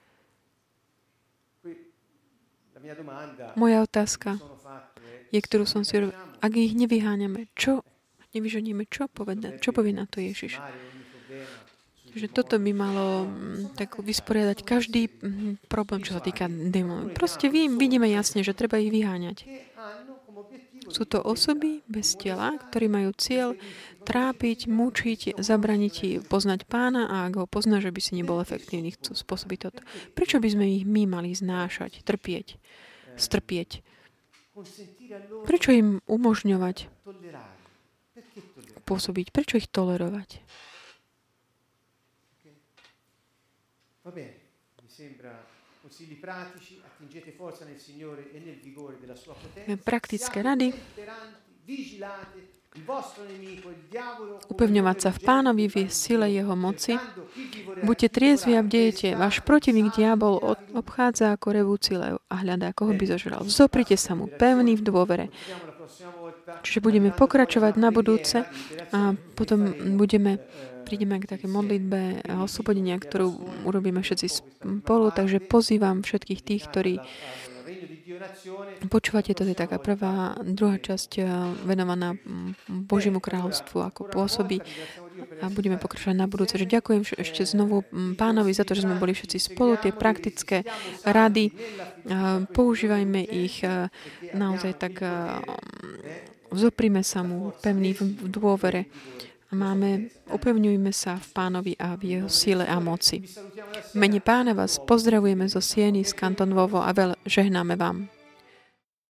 Moja otázka je, ktorú som si robil, ak ich nevyháňame, čo nevyženieme, čo, poveda, čo povie na to Ježiš? Že toto by malo tak vysporiadať každý problém, čo sa týka démonov. Proste vidíme jasne, že treba ich vyháňať. Sú to osoby bez tela, ktorí majú cieľ trápiť, mučiť, zabraniť ti poznať Pána a ak ho poznáš, že by si nebol efektívny, chcú spôsobiť toto. Prečo by sme ich my mali znášať, trpieť, strpieť? Prečo im umožňovať pôsobiť? Prečo ich tolerovať? Praktické rady. Upevňovať sa v Pánovi, v sile jeho moci. Buďte triezvi a bdejte. Váš protivník diabol obchádza ako revúci lev a hľadá, koho by zožral. Vzoprite sa mu pevný v dôvere. Čiže budeme pokračovať na budúce a potom budeme, prídeme k také modlitbe a oslobodenia, ktorú urobíme všetci spolu. Takže pozývam všetkých tých, ktorí počúvate, to je taká prvá, druhá časť venovaná Božiemu kráľovstvu, ako pôsobí a budeme pokračovať na budúce. Že ďakujem ešte znovu Pánovi za to, že sme boli všetci spolu, tie praktické rady. Používajme ich naozaj tak, vzoprime sa mu pevný v dôvere. Máme, upevňujme sa v Pánovi a v jeho sile a moci. V mene Pána vás pozdravujeme zo Sieny z Kanton Vovo a veľ žehnáme vám.